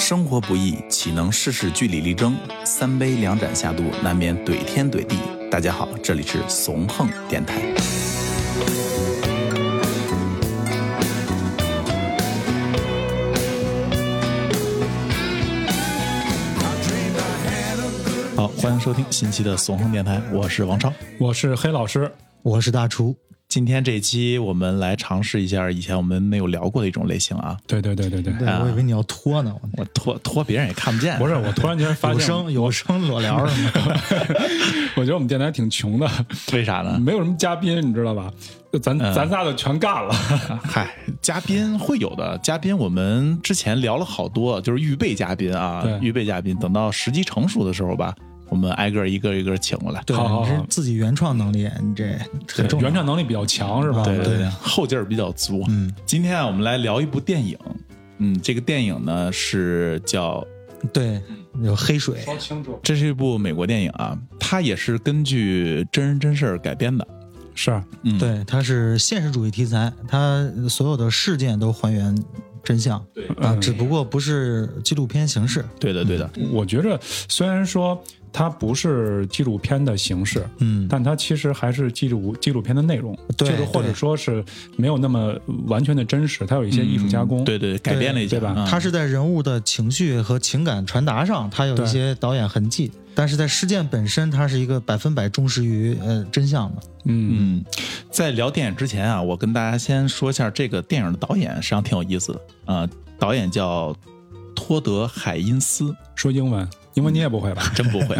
生活不易，岂能事事据理力争？三杯两盏下肚，难免怼天怼地。大家好，这里是怂横电台。好，欢迎收听新期的怂横电台，我是王超， 我是黑老师， 我是大厨。 今天这一期我们来尝试一下以前我们没有聊过的一种类型啊。 对， 我以为你要脱呢， 我脱别人也看不见。 不是，我突然间发现有声裸聊什么的。 我觉得我们电台挺穷的， 为啥呢？ 没有什么嘉宾，你知道吧？咱仨就全干了。 嗨，嘉宾会有的，嘉宾我们之前聊了好多，就是预备嘉宾啊，预备嘉宾，等到时机成熟的时候吧。我们挨个一个请过来。 对，你是自己原创能力，你这原创能力比较强是吧？ 对，后劲儿比较足。今天我们来聊一部电影。这个电影呢是叫有黑水。 说清楚。 这是一部美国电影啊，它也是根据真人真事改编的。 是， 对，它是现实主义题材，它所有的事件都还原真相， 对只不过不是纪录片形式。 对的。 我觉着虽然说它不是纪录片的形式，但它其实还是纪录片的内容，就是或者说是没有那么完全的真实，它有一些艺术加工， 对，改编了一些， 对吧？ 它是在人物的情绪和情感传达上，它有一些导演痕迹，但是在事件本身，它是一个100%忠实于真相的。 在聊电影之前啊，我跟大家先说一下这个电影的导演，实际上挺有意思的导演叫托德·海因斯。 说英文你也不会吧？ 真不会。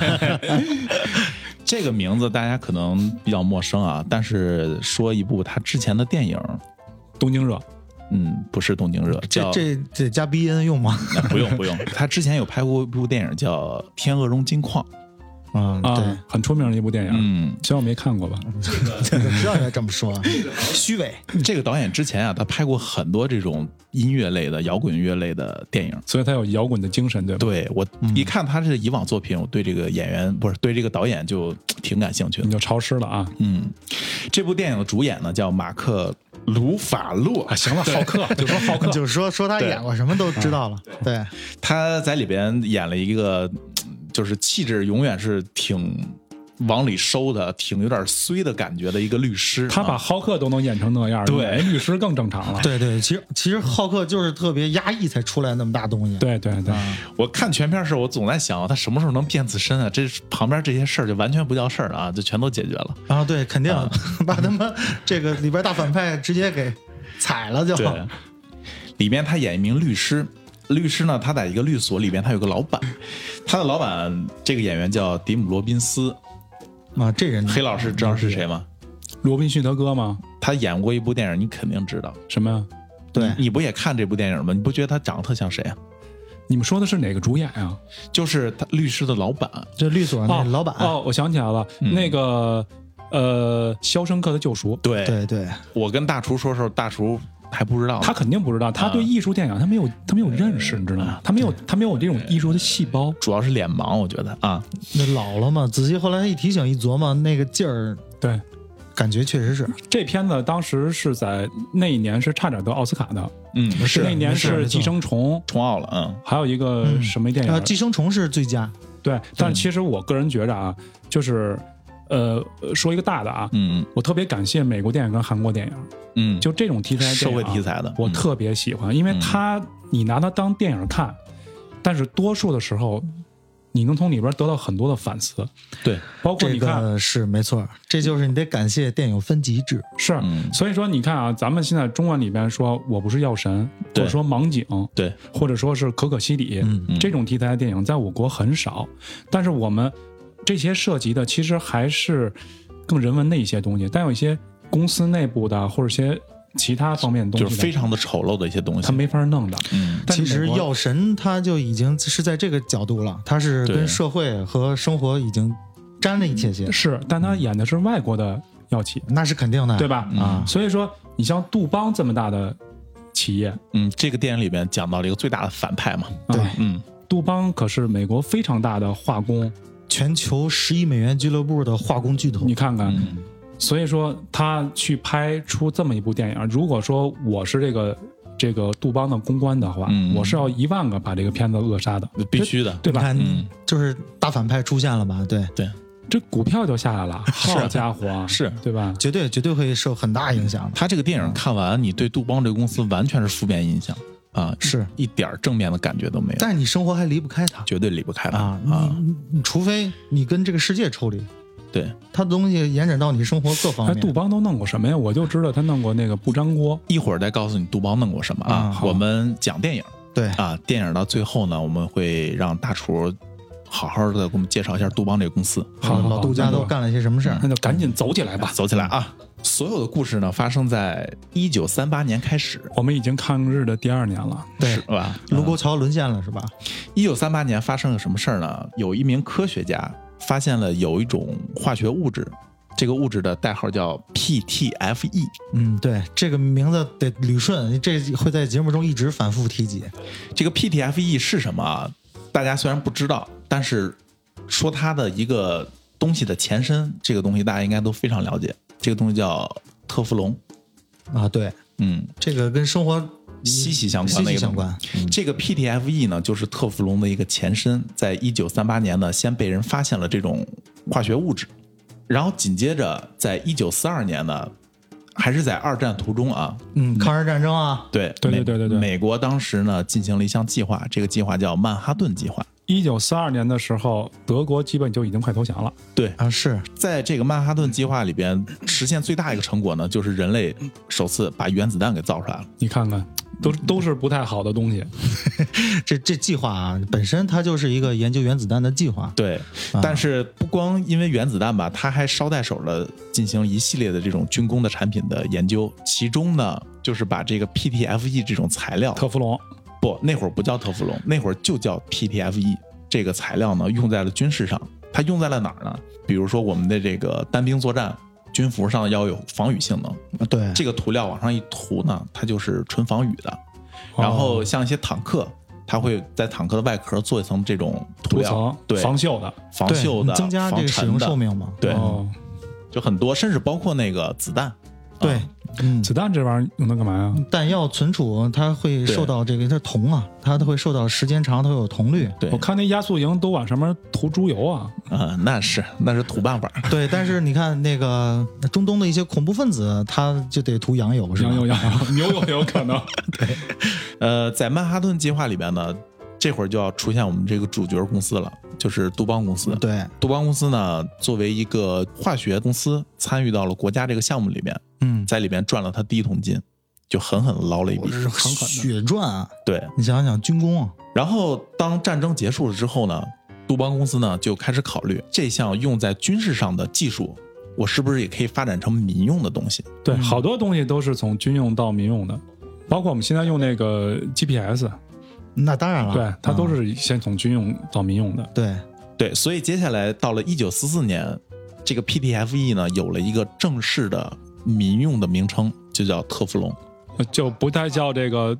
这个名字大家可能比较陌生啊，但是说一部他之前的电影， 东京热。 不是东京热，叫这加鼻音用吗？ 不用。他之前有拍过一部电影叫《天鹅绒金矿》。 对， 很出名的一部电影。虽然我没看过吧。 知道要这么说，虚伪。 这个导演之前啊，他拍过很多这种音乐类的、摇滚乐类的电影， 所以他有摇滚的精神，对吧？ 对，我一看他这以往作品，我对这个演员对这个导演就挺感兴趣的。 你就潮湿了啊。 这部电影的主演呢叫马克·鲁法洛。 行了，浩克就说浩克， 就说他演过什么都知道了。对， 他在里边演了一个。就是气质永远是挺往里收的，挺有点衰的感觉的一一个律师。 他把浩克都能演成那样， 对， 律师更正常了。 对，其实浩克就是特别压抑才出来那么大东西。 对。 我看全片时我总在想，他什么时候能变自身啊？这旁边这些事儿就完全不叫事儿了啊，就全都解决了啊！对，肯定把他们这个里边大反派直接给踩了就。 对，里面他演一名律师。律师呢，他在一个律所里边，他有个老板，他的老板这个演员叫迪姆·罗宾斯这人黑老师知道是谁吗？ 罗宾逊德哥吗？ 他演过一部电影，你肯定知道什么呀？ 对， 你不也看这部电影吗？你不觉得他长得特像谁啊？ 你们说的是哪个主演啊？ 就是他律师的老板， 这律所那老板。 我想起来了，那个肖申克的救赎。 对， 我跟大厨说的时候，大厨还不知道， 他肯定不知道，他对艺术电影他没有认识，你知道吗？他没有这种艺术的细胞， 主要是脸盲，我觉得啊， 那老了嘛，仔细后来一提醒一琢磨，那个劲儿， 对， 感觉确实是。 这片子当时是在那一年是差点得奥斯卡的， 是那年是寄生虫冲奥了， 还有一个什么电影？ 寄生虫是最佳， 对，但是其实我个人觉着啊，就是说一个大的啊，我特别感谢美国电影跟韩国电影，就这种题材社会题材的， 我特别喜欢，因为你拿它当电影看，但是多数的时候你能从里边得到很多的反思， 对， 包括你看， 这个是没错，这就是你得感谢电影分级制， 是，所以说你看啊，咱们现在中文里边说我不是药神，或者说盲井， 对， 或者说是可可西里，这种题材的电影在我国很少，但是我们这些涉及的其实还是更人文的一些东西，但有一些公司内部的或者一些其他方面的东西， 就是非常的丑陋的一些东西， 他没法弄的。 但其实药神他就已经是在这个角度了，他是跟社会和生活已经沾了一些。 是，但他演的是外国的药企， 那是肯定的， 对吧？所以说你像杜邦这么大的企业， 这个电影里面讲到了一个最大的反派嘛， 对， 杜邦可是美国非常大的化工， 全球10亿美元俱乐部的化工巨头， 你看看。所以说他去拍出这么一部电影，如果说我是这个这个杜邦的公关的话，我是要1万个把这个片子扼杀的， 必须的， 对吧？ 就是大反派出现了吧？对对， 这股票就下来了，好家伙， 是对吧？ 绝对会受很大影响。 他这个电影看完，你对杜邦这个公司完全是负面印象啊， 是一点正面的感觉都没有。 但是你生活还离不开它， 绝对离不开它啊！你除非你跟这个世界抽离。 对， 他的东西延展到你生活各方面。 杜邦都弄过什么呀？我就知道他弄过那个不粘锅。 一会儿再告诉你杜邦弄过什么啊。我们讲电影， 对啊，电影到最后呢，我们会让大厨好好的给我们介绍一下杜邦这个公司。 好，老杜家都干了些什么事儿？ 那就赶紧走起来吧， 走起来啊！所有的故事呢，发生在1938年开始。 我们已经抗日的第2年了， 对， 是吧？ 卢沟桥沦陷了，是吧 ？1938年发生了什么事儿呢？有一名科学家发现了有一种化学物质，这个物质的代号叫 PTFE。 对，这个名字得捋顺，这会在节目中一直反复提及。 这个 PTFE 是什么啊？大家虽然不知道，但是说它的一个东西的前身，这个东西大家应该都非常了解。这个东西叫特氟龙啊，对，这个跟生活息息相关的一个相关。这个 PTFE 呢，就是特氟龙的一个前身，在1938年呢，先被人发现了这种化学物质，然后紧接着在1942年呢，还是在2战途中啊， 抗日战争啊， 对， 美国当时呢进行了一项计划，这个计划叫曼哈顿计划。 1942年的时候，德国基本就已经快投降了。 对啊，是在这个曼哈顿计划里边实现最大一个成果呢，就是人类首次把原子弹给造出来了。 你看看，都是不太好的东西。 这计划啊，本身它就是一个研究原子弹的计划。 对，但是不光因为原子弹吧，它还捎带手的进行一系列的这种军工的产品的研究，其中呢，就是把这个 PTFE 这种材料， 特氟龙。 不，那会儿不叫特氟龙，那会儿就叫 PTFE。这个材料呢，用在了军事上。它用在了哪儿呢？比如说我们的这个单兵作战，军服上要有防雨性能。 对， 这个涂料往上一涂呢，它就是纯防雨的。然后像一些坦克，它会在坦克的外壳做一层这种涂料，对， 防锈的， 增加这个使用寿命嘛。 对，就很多，甚至包括那个子弹。 对， 子弹这玩意儿用它干嘛呀？ 弹药存储它会受到这个，它铜啊，它都会受到时间长它会有铜率。 对， 我看那压缩营都往上面涂猪油啊。 那是土办法。 对，但是你看那个中东的一些恐怖分子，他就得涂羊油，是吧？ 羊油，牛油有可能。 对， 在曼哈顿计划里边呢，这会儿就要出现我们这个主角公司了，就是杜邦公司。 对， 杜邦公司呢，作为一个化学公司，参与到了国家这个项目里面，在里面赚了他第一桶金，就狠狠捞了一笔， 血赚啊！ 对， 你想想军工啊。 然后当战争结束了之后呢，杜邦公司呢就开始考虑这项用在军事上的技术，我是不是也可以发展成民用的东西？ 对，好多东西都是从军用到民用的，包括我们现在用那个 GPS。 那当然了， 对，它都是先从军用到民用的。 对，所以接下来到了1944年，这个 PTFE 呢有了一个正式的民用的名称，就叫特氟龙， 就不太叫这个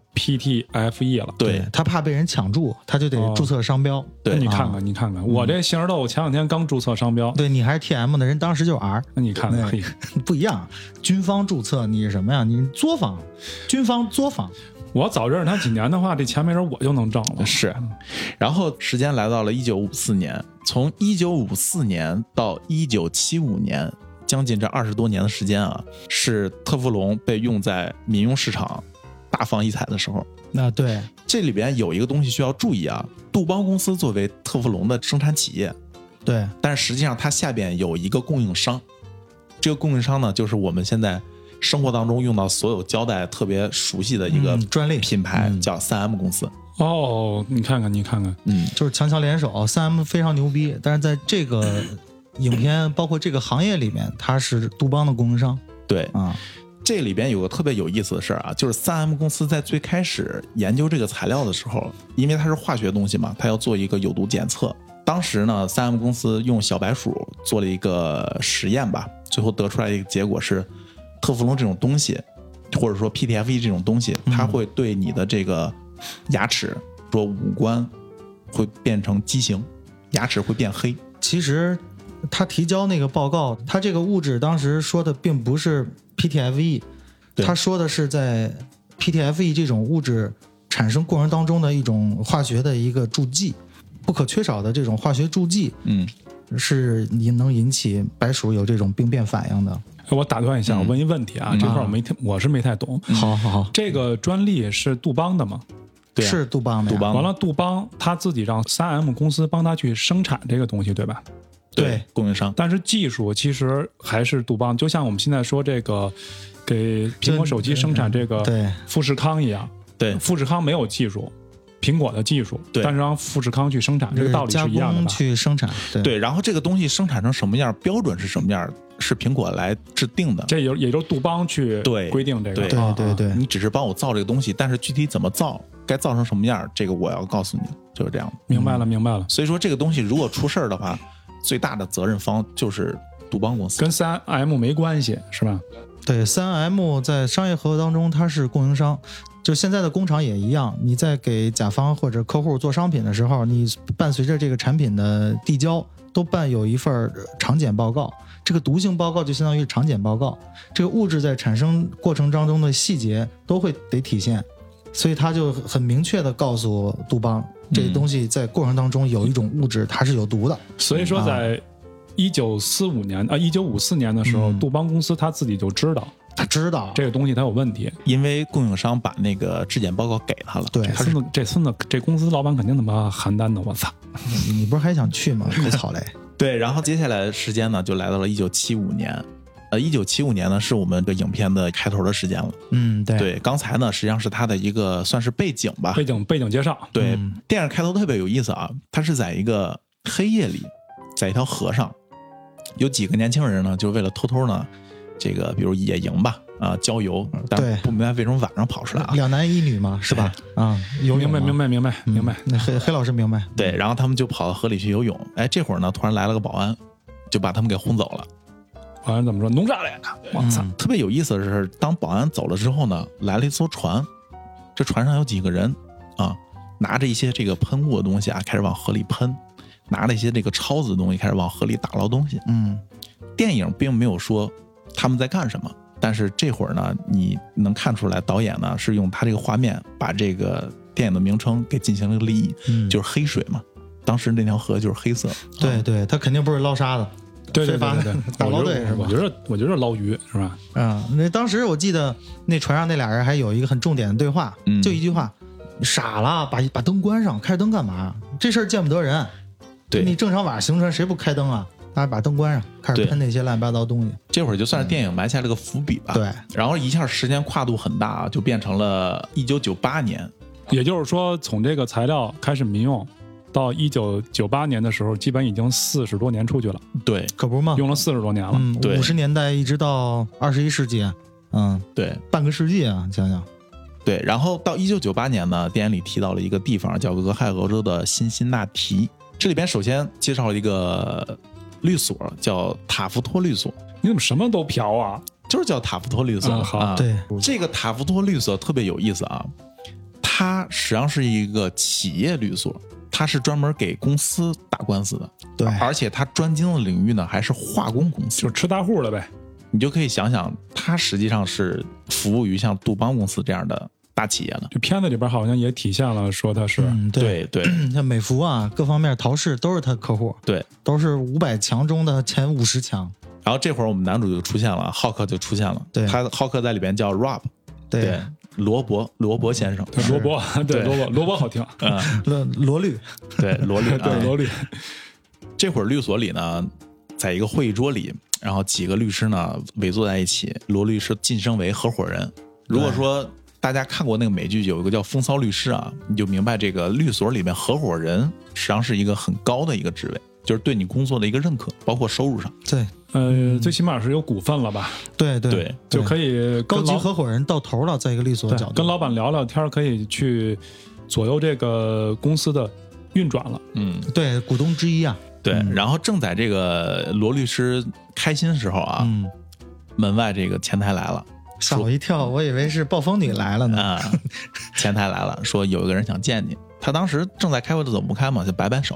PTFE 了。 对， 他怕被人抢注，他就得注册商标。 对， 你看看，我这杏仁豆前2天刚注册商标。 对，你还是 TM 的人，当时就 R。 那你看看， 不一样。军方注册你是什么呀？你作坊，军方作坊。 我早认识他几年的话，这钱没准我就能挣了。 是，然后时间来到了1954年，从1954年到1975年，将近这20多年的时间啊，是特氟龙被用在民用市场大放异彩的时候。 那对， 这里边有一个东西需要注意啊，杜邦公司作为特氟龙的生产企业， 对， 但是实际上它下边有一个供应商，这个供应商呢，就是我们现在生活当中用到所有胶带特别熟悉的一个专利品牌，叫 3M 公司。 哦，你看看， 就是强强联手，3M 非常牛逼，但是在这个影片包括这个行业里面，它是杜邦的供应商。 对啊，这里边有个特别有意思的事啊，就是 3M 公司在最开始研究这个材料的时候，因为它是化学东西嘛，它要做一个有毒检测。当时呢 3M 公司用小白鼠做了一个实验吧，最后得出来一个结果是，特氟龙这种东西，或者说 PTFE 这种东西，它会对你的这个牙齿，说五官会变成畸形，牙齿会变黑。 其实他提交那个报告，他这个物质当时说的并不是 PTFE，他说的是在 PTFE 这种物质产生过程当中的一种化学的一个助剂，不可缺少的这种化学助剂，是能引起白鼠有这种病变反应的。 我打断一下，我问一问题啊，这块我是没太懂。 好， 这个专利是杜邦的吗？ 对啊， 是杜邦的。 完了，杜邦他自己让 3M 公司帮他去生产这个东西，对吧？ 对， 供应商。 但是技术其实还是杜邦，就像我们现在说这个给苹果手机生产这个富士康一样。 对， 富士康没有技术，苹果的技术， 对， 但是让富士康去生产，这个道理是一样的吧？ 加工去生产， 对。然后这个东西生产成什么样，标准是什么样，是苹果来制定的。 这也就是杜邦去规定这个。 对， 你只是帮我造这个东西，但是具体怎么造，该造成什么样，这个我要告诉你，就是这样。 明白了。 所以说这个东西如果出事的话，最大的责任方就是杜邦公司， 跟 3M 没关系，是吧？ 对， 3M 在商业合作当中它是供应商，就现在的工厂也一样，你在给甲方或者客户做商品的时候，你伴随着这个产品的递交都伴有一份厂检报告，这个毒性报告就相当于厂检报告，这个物质在产生过程当中的细节都会得体现，所以他就很明确的告诉杜邦，这东西在过程当中有一种物质它是有毒的。 所以说在1954年的时候，杜邦公司他自己就知道， 他知道这个东西它有问题， 因为供应商把那个质检报告给他了。 对， 这孙子，这公司老板肯定他妈邯郸的，我操！ 你不是还想去吗？可草嘞！ 对，然后接下来时间呢，就来到了1975年。1975年呢，是我们这个影片的开头的时间了。对，刚才呢，实际上是它的一个算是背景吧， 背景介绍。 对，电影开头特别有意思啊，它是在一个黑夜里，在一条河上。有几个年轻人呢，就为了偷偷呢，这个比如野营吧，郊游，但不明白为什么晚上跑出来啊？ 两男一女嘛，是吧？ 明白。 那黑老师明白。 对，然后他们就跑到河里去游泳。哎，这会儿呢，突然来了个保安，就把他们给轰走了。 保安怎么说？弄啥来的？我操！ 特别有意思的是，当保安走了之后呢，来了一艘船，这船上有几个人啊，拿着一些这个喷雾的东西啊，开始往河里喷。拿了一些这个抄子的东西，开始往河里打捞东西。电影并没有说他们在干什么，但是这会儿呢，你能看出来导演呢是用他这个画面把这个电影的名称给进行了立意，就是黑水嘛。当时那条河就是黑色。 对，他肯定不是捞沙的。 对， 打捞队是吧？ 我觉得捞鱼是吧？ 那当时我记得那船上那俩人还有一个很重点的对话，就一句话：傻了，把灯关上，开灯干嘛？这事儿见不得人。 对， 你正常晚上行船谁不开灯啊？大家把灯关上，开始喷那些乱七八糟东西。 这会儿就算是电影埋下了个伏笔吧。 对， 然后一下时间跨度很大，就变成了1998年。 也就是说，从这个材料开始民用，到1998年的时候，基本已经40多年出去了。 对， 可不嘛， 用了40多年了。 对 ，50年代一直到21世纪， 对， 半个世纪啊，想想。 对，然后到1998年呢，电影里提到了一个地方叫俄亥俄州的辛辛那提。这里边首先介绍了一个律所，叫塔夫托律所。 你怎么什么都嫖啊？ 就是叫塔夫托律所。 好， 对， 这个塔夫托律所特别有意思啊，它实际上是一个企业律所，它是专门给公司打官司的。 对， 而且它专精的领域呢还是化工公司， 就是吃大户的呗。 你就可以想想，它实际上是服务于像杜邦公司这样的大企业的。 这片子里边好像也体现了，说他是对， 像美孚啊，各方面陶氏都是他客户， 对， 都是500强中的前50强。 然后这会儿我们男主就出现了，浩克就出现了， 对， 浩克在里边叫 Rob， 对，罗伯先生， 罗伯好听， 罗律， 对，罗律， 对，罗律。 这会儿律所里呢，在一个会议桌里，然后几个律师呢围坐在一起，罗律师晋升为合伙人。如果说大家看过那个美剧，有一个叫《风骚律师》啊，你就明白这个律所里面合伙人实际上是一个很高的一个职位，就是对你工作的一个认可，包括收入上。 对， 最起码是有股份了吧？ 对， 就可以高级合伙人到头了，在一个律所角度， 跟老板聊聊天，可以去左右这个公司的运转了。 对，股东之一啊。 对，然后正在这个罗律师开心的时候啊，门外这个前台来了。 吓我一跳，我以为是暴风女来了呢。 前台来了，说有一个人想见你。他当时正在开会的，怎么不开嘛？就摆摆手，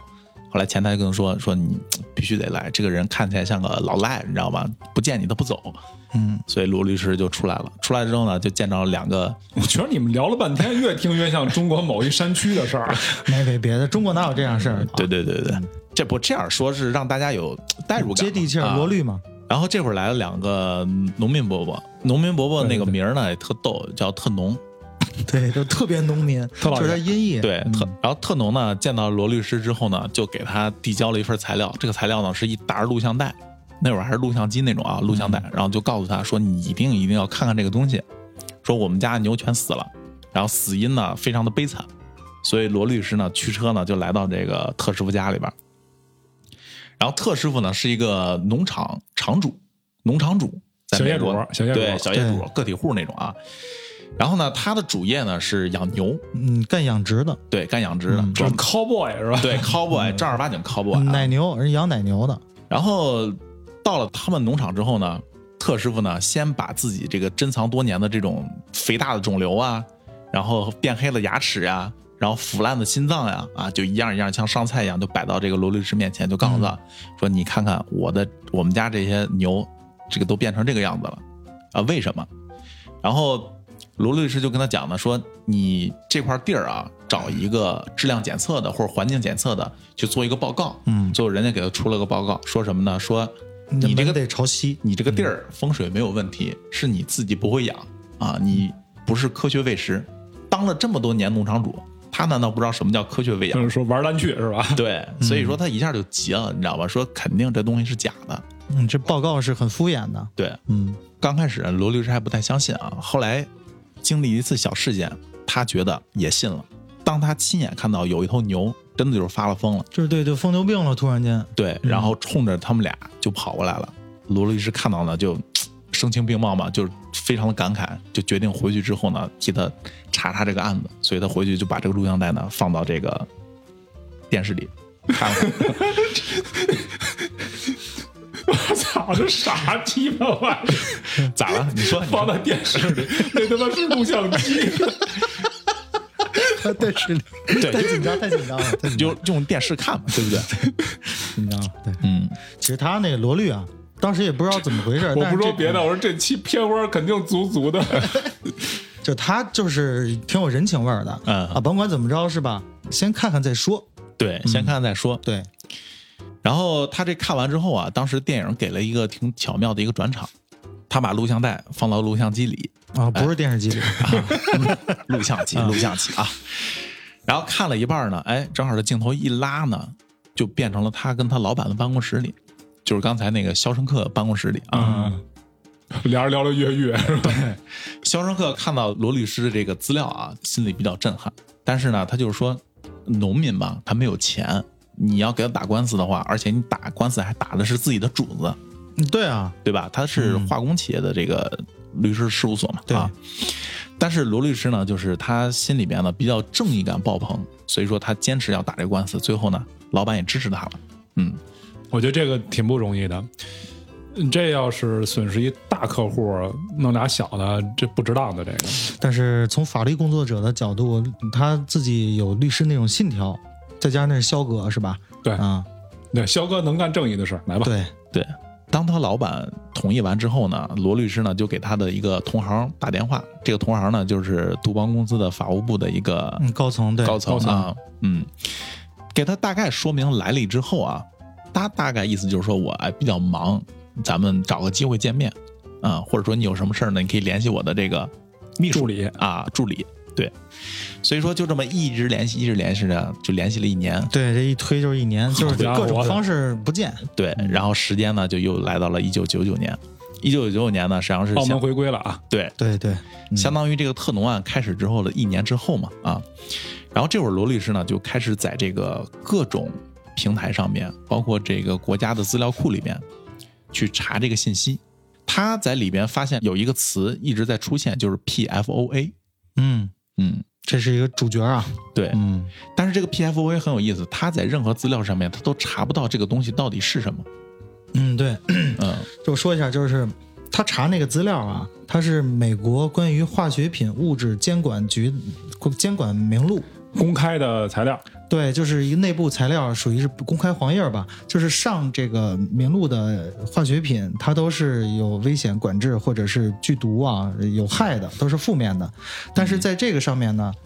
后来前台就跟他说你必须得来，这个人看起来像个老赖，你知道吗？不见你他不走。所以罗律师就出来了。出来之后呢，就见着了2个。 我觉得你们聊了半天，越听越像中国某一山区的事儿。 没别的，中国哪有这样事儿？ 对，这不这样说是让大家有代入感， 接地气儿，罗律嘛。 然后这会儿来了2个农民伯伯，农民伯伯那个名儿呢也特逗，叫特农。 对，就特别农民，就是他音译。 对，然后特农呢见到罗律师之后呢，就给他递交了一份材料。这个材料呢是一沓录像带，那会儿还是录像机那种啊，录像带。然后就告诉他说，你一定要看看这个东西。说我们家的牛全死了，然后死因呢非常的悲惨。所以罗律师呢驱车呢就来到这个特师傅家里边。然后特师傅呢是一个农场主， 小业主， 对，小业主，个体户那种啊。然后呢，他的主业呢是养牛， 干养殖的， 对，干养殖的， 是 cowboy 是吧？ 对 ，cowboy 正儿八经 cowboy， 奶牛，人养奶牛的。 然后到了他们农场之后呢，特师傅呢先把自己这个珍藏多年的这种肥大的肿瘤啊，然后变黑了牙齿呀，然后腐烂的心脏呀，就一样一样像上菜一样，就摆到这个罗律师面前，就告诉他说：“你看看我们家这些牛，这个都变成这个样子了啊，为什么？”然后罗律师就跟他讲呢，说你这块地儿啊，找一个质量检测的或者环境检测的去做一个报告。最后人家给他出了个报告，说什么呢？说你这个得朝西， 你这个地儿风水没有问题，是你自己不会养啊，你不是科学喂食。当了这么多年农场主，他难道不知道什么叫科学喂养？ 就是说玩烂去是吧？ 对，所以说他一下就急了，你知道吧？说肯定这东西是假的。 这报告是很敷衍的。 对，刚开始罗律师还不太相信啊，后来经历一次小事件，他觉得也信了。当他亲眼看到有一头牛真的就是发了疯了， 就是对疯牛病了，突然间， 对，然后冲着他们俩就跑过来了。罗律师看到呢，就声情并茂嘛，就是非常的感慨，就决定回去之后呢，替他查这个案子。所以他回去就把这个录像带呢放到这个电视里看了。 我操，这啥鸡巴玩意儿？ 咋了？你说放在电视里，那他妈是录像机。 电视里， 对， 太紧张了， 就用电视看嘛，对不对？ 紧张了，对，其实他那个罗律啊，当时也不知道怎么回事。 我不说别的，我说这期片花肯定足的。 就他就是挺有人情味儿的，甭管怎么着是吧？先看看再说。 对，先看看再说。 对。 然后他这看完之后啊，当时电影给了一个挺巧妙的一个转场，他把录像带放到录像机里啊，不是电视机里， 录像机啊。然后看了一半呢，正好这镜头一拉呢，就变成了他跟他老板的办公室里，就是刚才那个肖申克办公室里啊。 俩人聊了越是吧？ 对，肖申克看到罗律师的这个资料啊，心里比较震撼，但是呢，他就是说，农民嘛，他没有钱。你要给他打官司的话，而且你打官司还打的是自己的主子， 对啊， 对吧？他是化工企业的这个律师事务所嘛， 对啊。但是罗律师呢，就是他心里边呢比较正义感爆棚，所以说他坚持要打这个官司。最后呢，老板也支持他了。 我觉得这个挺不容易的。这要是损失一大客户，弄俩小的，这不值当的这个。 但是从法律工作者的角度，他自己有律师那种信条。再加上那是肖哥是吧？ 对啊，对，肖哥能干正义的事，来吧。 对， 当他老板同意完之后呢，罗律师呢就给他的一个同行打电话，这个同行呢就是杜邦公司的法务部的一个高层啊，给他大概说明来历之后啊，他大概意思就是说我比较忙，咱们找个机会见面啊，或者说你有什么事儿呢，你可以联系我的这个秘书助理。对，所以说就这么一直联系着，就联系了1年。 对，这一推就是1年，就是各种方式不见。 对，然后时间呢就又来到了1999年。1999年呢，实际上是澳门回归了啊。 对， 相当于这个特农案开始之后的1年之后嘛啊。然后这会儿罗律师呢就开始在这个各种平台上面，包括这个国家的资料库里面去查这个信息。他在里边发现有一个词一直在出现，就是 PFOA。 这是一个主角啊。 对，但是这个 PFOA 很有意思，他在任何资料上面他都查不到这个东西到底是什么。 对，就说一下，就是他查那个资料啊，它是美国关于化学品物质监管局监管名录。 公开的材料。 对，就是一个内部材料，属于是公开黄页吧。就是上这个名录的化学品，它都是有危险管制或者是剧毒啊、有害的，都是负面的。但是在这个上面呢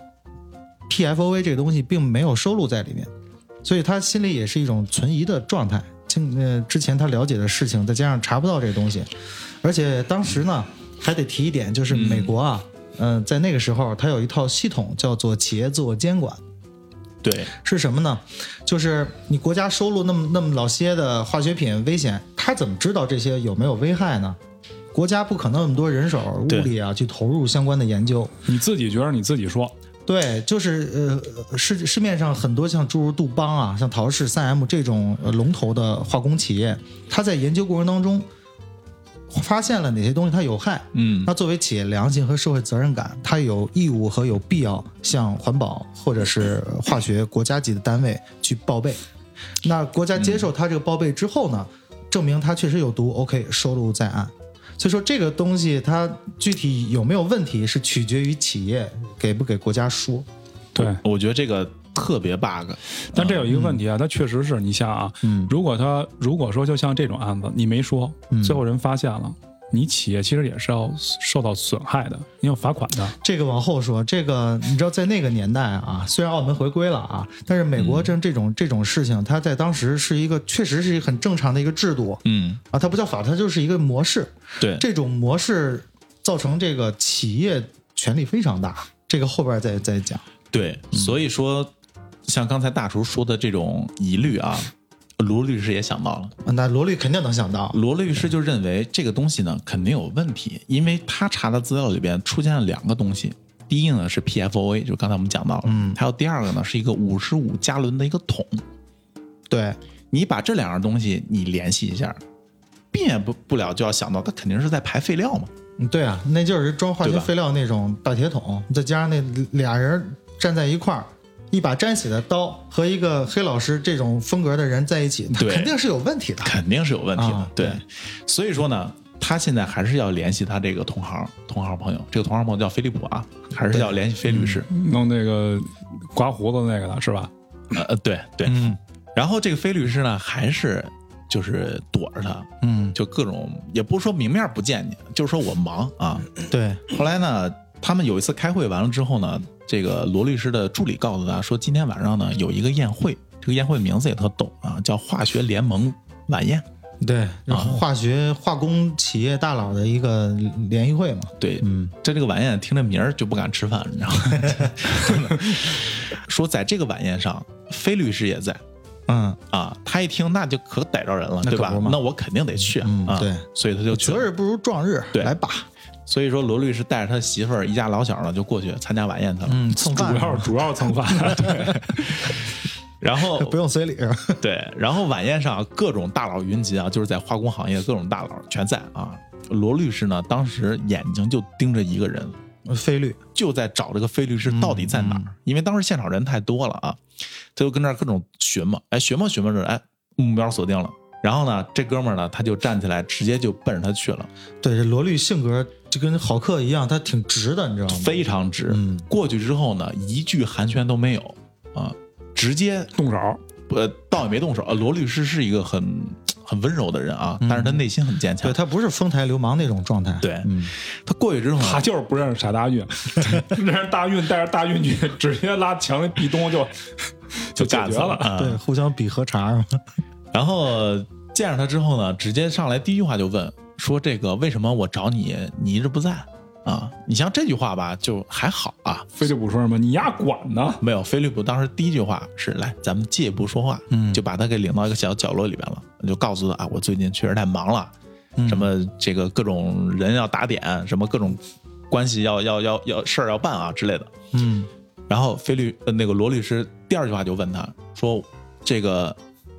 ，PFOA 这个东西并没有收录在里面，所以他心里也是一种存疑的状态。之前他了解的事情，再加上查不到这个东西，而且当时呢还得提一点，就是美国啊，在那个时候它有一套系统叫做企业自我监管。 对， 是什么呢？就是你国家收录那么老些的化学品危险，他怎么知道这些有没有危害呢？国家不可能那么多人手物力啊去投入相关的研究。 你自己觉得你自己说。 对，就是市面上很多像诸如杜邦啊、像陶氏、3M 这种龙头的化工企业，它在研究过程当中发现了哪些东西它有害，那作为企业良心和社会责任感，它有义务和有必要向环保或者是化学国家级的单位去报备。那国家接受它这个报备之后呢，证明它确实有毒 ，OK， 收录在案。所以说这个东西它具体有没有问题是取决于企业给不给国家说。 对， 我觉得这个特别 bug。 但这有一个问题啊，它确实是你像啊，如果说就像这种案子你没说，最后人发现了，你企业其实也是要受到损害的，你要罚款的。 这个往后说，这个你知道在那个年代啊，虽然澳门回归了啊，但是美国这种事情，它在当时是一个确实是一个很正常的一个制度，它不叫法，它就是一个模式。 对， 这种模式造成这个企业权力非常大，这个后边再讲。 对，所以说像刚才大厨说的这种疑虑啊，罗律师也想到了。 那罗律肯定能想到， 罗律师就认为这个东西呢肯定有问题，因为他查的资料里边出现了2个东西，第一呢是 PFOA， 就刚才我们讲到了，还有第二个呢是一个55加仑的一个桶。 对， 你把这2样东西你联系一下，避免不了就要想到它肯定是在排废料嘛。 对啊，那就是装化学废料那种大铁桶，再加上那俩人站在一块儿，一把沾血的刀和一个黑老师这种风格的人在一起，那肯定是有问题的， 肯定是有问题的。对，所以说呢，他现在还是要联系他这个同行朋友，这个同行朋友叫飞利浦啊，还是要联系飞律师， 弄那个刮胡子那个的是吧？ 对，然后这个飞律师呢，还是就是躲着他，就各种也不是说明面不见你，就是说我忙啊。 对， 后来呢，他们有一次开会完了之后呢，这个罗律师的助理告诉他说，今天晚上呢有一个宴会，这个宴会名字也特逗啊，叫化学联盟晚宴。 对，化工企业大佬的一个联谊会嘛。 对，这个晚宴听着名儿就不敢吃饭，你知道吗？说在这个晚宴上，飞律师也在。他一听那就可逮着人了，对吧？那我肯定得去啊。对，所以他就去了。 择日不如撞日，对，来吧。 所以说罗律师带着他媳妇儿一家老小呢就过去参加晚宴去了。 蹭饭， 主要蹭饭。对。 然后不用随礼。 对，然后晚宴上各种大佬云集啊，就是在化工行业各种大佬全在啊。罗律师呢当时眼睛就盯着一个人， 菲律， 就在找这个菲律师到底在哪儿，因为当时现场人太多了啊，他就跟那儿各种寻嘛，寻摸着，目标锁定了。然后呢，这哥们儿呢，他就站起来，直接就奔着他去了。 对，这罗律性格就跟豪克一样，他挺直的，你知道吗？ 非常直。过去之后呢，一句寒暄都没有啊，直接动手。 倒也没动手。罗律师是一个很温柔的人啊，但是他内心很坚强。 对，他不是丰台流氓那种状态。 对，他过去之后， 他就是不认识傻大运，认识大运带着大运去，直接拉墙里壁咚就解决了。 对，互相比喝茶。 然后见着他之后呢，直接上来第一句话就问说：“这个为什么我找你，你一直不在啊？”你像这句话吧，就还好啊。 菲利普说什么？你丫管呢？ 没有，菲利普当时第一句话是：“来，咱们借一步说话。”就把他给领到一个小角落里边了，就告诉他啊，我最近确实太忙了，什么这个各种人要打点，什么各种关系要事儿要办啊之类的。然后那个罗律师第二句话就问他说：“这个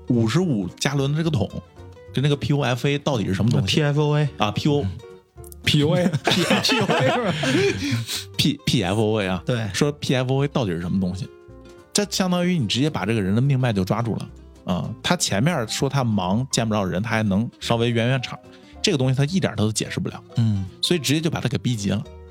55加仑的这个桶，跟那个 POFA 到底是什么东西 ？PFOA 啊 ，POA 是吧？PFOA 啊， 对， 说 PFOA 到底是什么东西？这相当于你直接把这个人的命脉就抓住了啊！他前面说他忙见不着人，他还能稍微圆场，这个东西他一点他都解释不了，所以直接就把他给逼急了。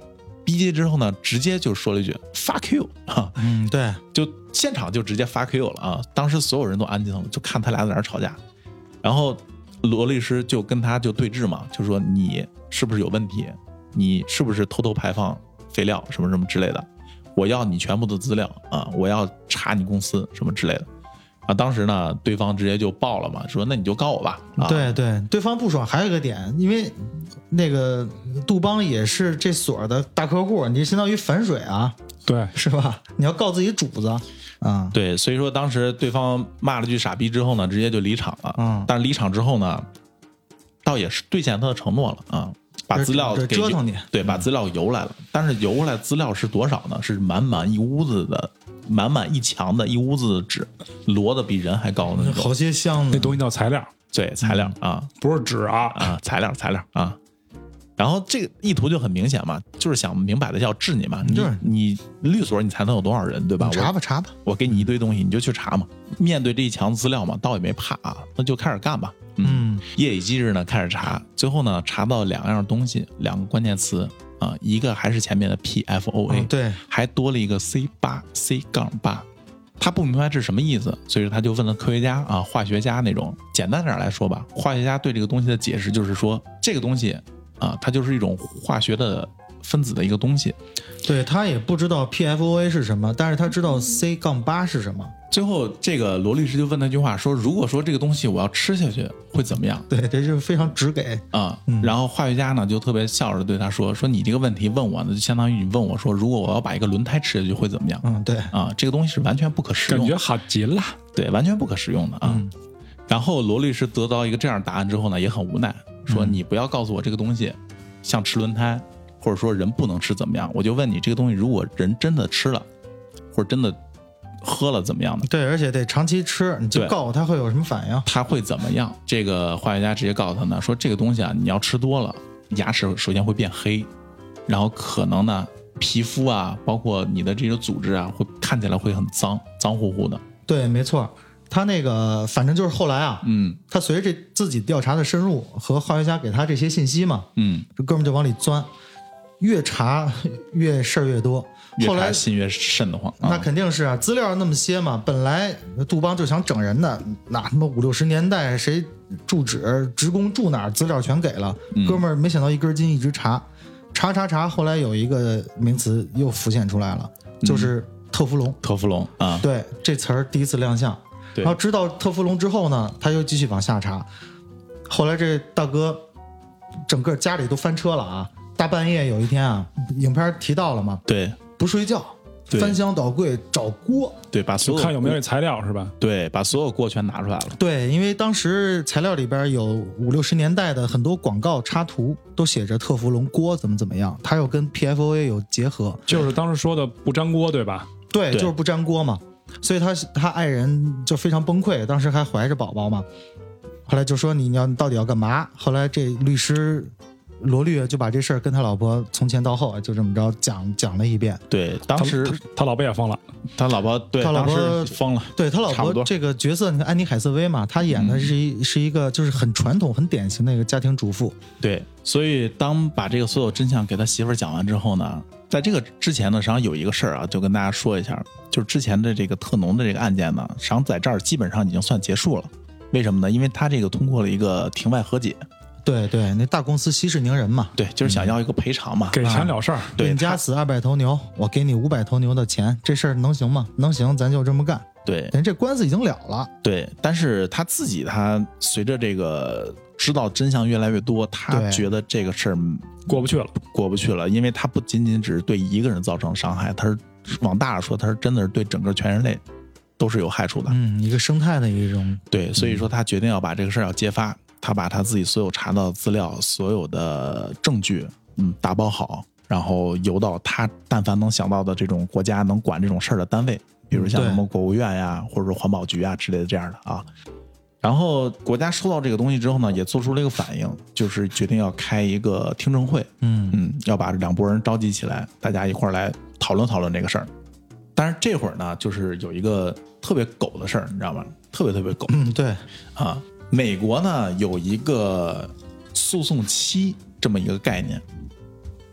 逼急之后呢，直接就说了一句 fuck you 啊， 对， 就现场就直接 fuck you 了啊！当时所有人都安静了，就看他俩在那儿吵架。然后罗律师就跟他就对峙嘛，就说你是不是有问题？你是不是偷偷排放废料什么什么之类的？我要你全部的资料啊！我要查你公司什么之类的。啊，当时呢，对方直接就爆了嘛，说那你就告我吧。啊、 对对，对方不爽还有一个点，因为那个杜邦也是这所的大客户，你相当于反水啊， 对， 是吧？你要告自己主子啊。 对，所以说当时对方骂了句傻逼之后呢，直接就离场了。但是离场之后呢，倒也是兑现他的承诺了啊，把资料给折腾你， 对，把资料邮来了。但是邮过来资料是多少呢？是满满一屋子的。满满一墙的一屋子的纸，摞的比人还高的那种， 好些箱子， 那东西叫材料， 对，材料啊， 不是纸啊， 材料啊。然后这个意图就很明显嘛，就是想明摆的要治你嘛，你律所你才能有多少人，对吧？ 查吧， 我给你一堆东西，你就去查嘛。面对这一墙资料嘛，倒也没怕啊，那就开始干吧。夜以继日呢，开始查，最后呢查到2样东西，2个关键词。啊，一个还是前面的 PFOA， 对， 还多了一个 C8，他不明白这是什么意思，所以他就问了科学家啊、化学家那种。简单点来说吧，化学家对这个东西的解释就是说，这个东西啊，它就是一种化学的分子的一个东西。 对，他也不知道 PFOA 是什么，但是他知道 C-8 是什么。 最后，这个罗律师就问他一句话，说：“如果说这个东西我要吃下去会怎么样？” 对，这就是非常直给啊。然后化学家呢就特别笑着对他说：“说你这个问题问我呢，就相当于你问我说，如果我要把一个轮胎吃下去会怎么样？” 对啊，这个东西是完全不可食用， 感觉好极了。 对，完全不可食用的啊。然后罗律师得到一个这样的答案之后呢，也很无奈，说：“你不要告诉我这个东西像吃轮胎，或者说人不能吃怎么样？我就问你，这个东西如果人真的吃了，或者真的。”喝了怎么样的？ 对，而且得长期吃，你就告诉他会有什么反应？ 他会怎么样？这个化学家直接告诉他呢，说这个东西啊，你要吃多了，牙齿首先会变黑，然后可能呢，皮肤啊，包括你的这个组织啊，会看起来会很脏乎乎的。 对，没错。他那个反正就是后来啊，他随着自己调查的深入和化学家给他这些信息嘛，这哥们就往里钻，越查越事儿越多。后来心越瘆得慌， 那肯定是啊，资料那么些嘛，本来杜邦就想整人的，那他妈50、60年代谁住址、职工住哪儿，资料全给了，哥们儿没想到一根筋一直查，后来有一个名词又浮现出来了，就是特氟龙啊， 对，这词儿第一次亮相，然后知道特氟龙之后呢，他又继续往下查，后来这大哥整个家里都翻车了啊，大半夜有一天啊，影片提到了嘛， 对。 不睡觉，翻箱倒柜找锅， 对，把所有看有没有材料是吧？ 对，把所有锅全拿出来了。 对，因为当时材料里边有50、60年代的很多广告插图，都写着特氟龙锅怎么样，它又跟 PFOA 有结合， 就是当时说的不粘锅，对吧？ 对，就是不粘锅嘛。所以他爱人就非常崩溃，当时还怀着宝宝嘛。后来就说你到底要干嘛？后来这律师。罗律就把这事儿跟他老婆从前到后就这么着讲了一遍。 对，当时他老婆也疯了， 他老婆疯了。 对，他老婆这个角色，你看安妮海瑟薇嘛，她演的是一个就是很传统、很典型的一个家庭主妇。 对，所以当把这个所有真相给他媳妇儿讲完之后呢，在这个之前呢，实际上有一个事儿啊，就跟大家说一下，就是之前的这个特农的这个案件呢，实际上在这儿基本上已经算结束了。为什么呢？因为他这个通过了一个庭外和解。 对对，那大公司息事宁人嘛， 对，就是想要一个赔偿嘛， 给钱了事儿。 对， 你家死200头牛，我给你500头牛的钱，这事儿能行吗？能行，咱就这么干。 对， 人这官司已经了了。 对，但是他自己他随着这个知道真相越来越多，他觉得这个事儿过不去了， 因为他不仅仅只是对一个人造成伤害，他是往大了说，他是真的是对整个全人类都是有害处的。 一个生态的一种。 对，所以说他决定要把这个事儿要揭发。他把他自己所有查到的资料、所有的证据，打包好，然后邮到他但凡能想到的这种国家能管这种事儿的单位，比如像什么国务院呀，或者说环保局啊之类的这样的啊。然后国家收到这个东西之后呢，也做出了一个反应，就是决定要开一个听证会，要把2拨人召集起来，大家一块儿来讨论这个事儿。但是这会儿呢，就是有一个特别狗的事儿，你知道吗？特别狗。 对啊。美国呢有一个诉讼期这么一个概念，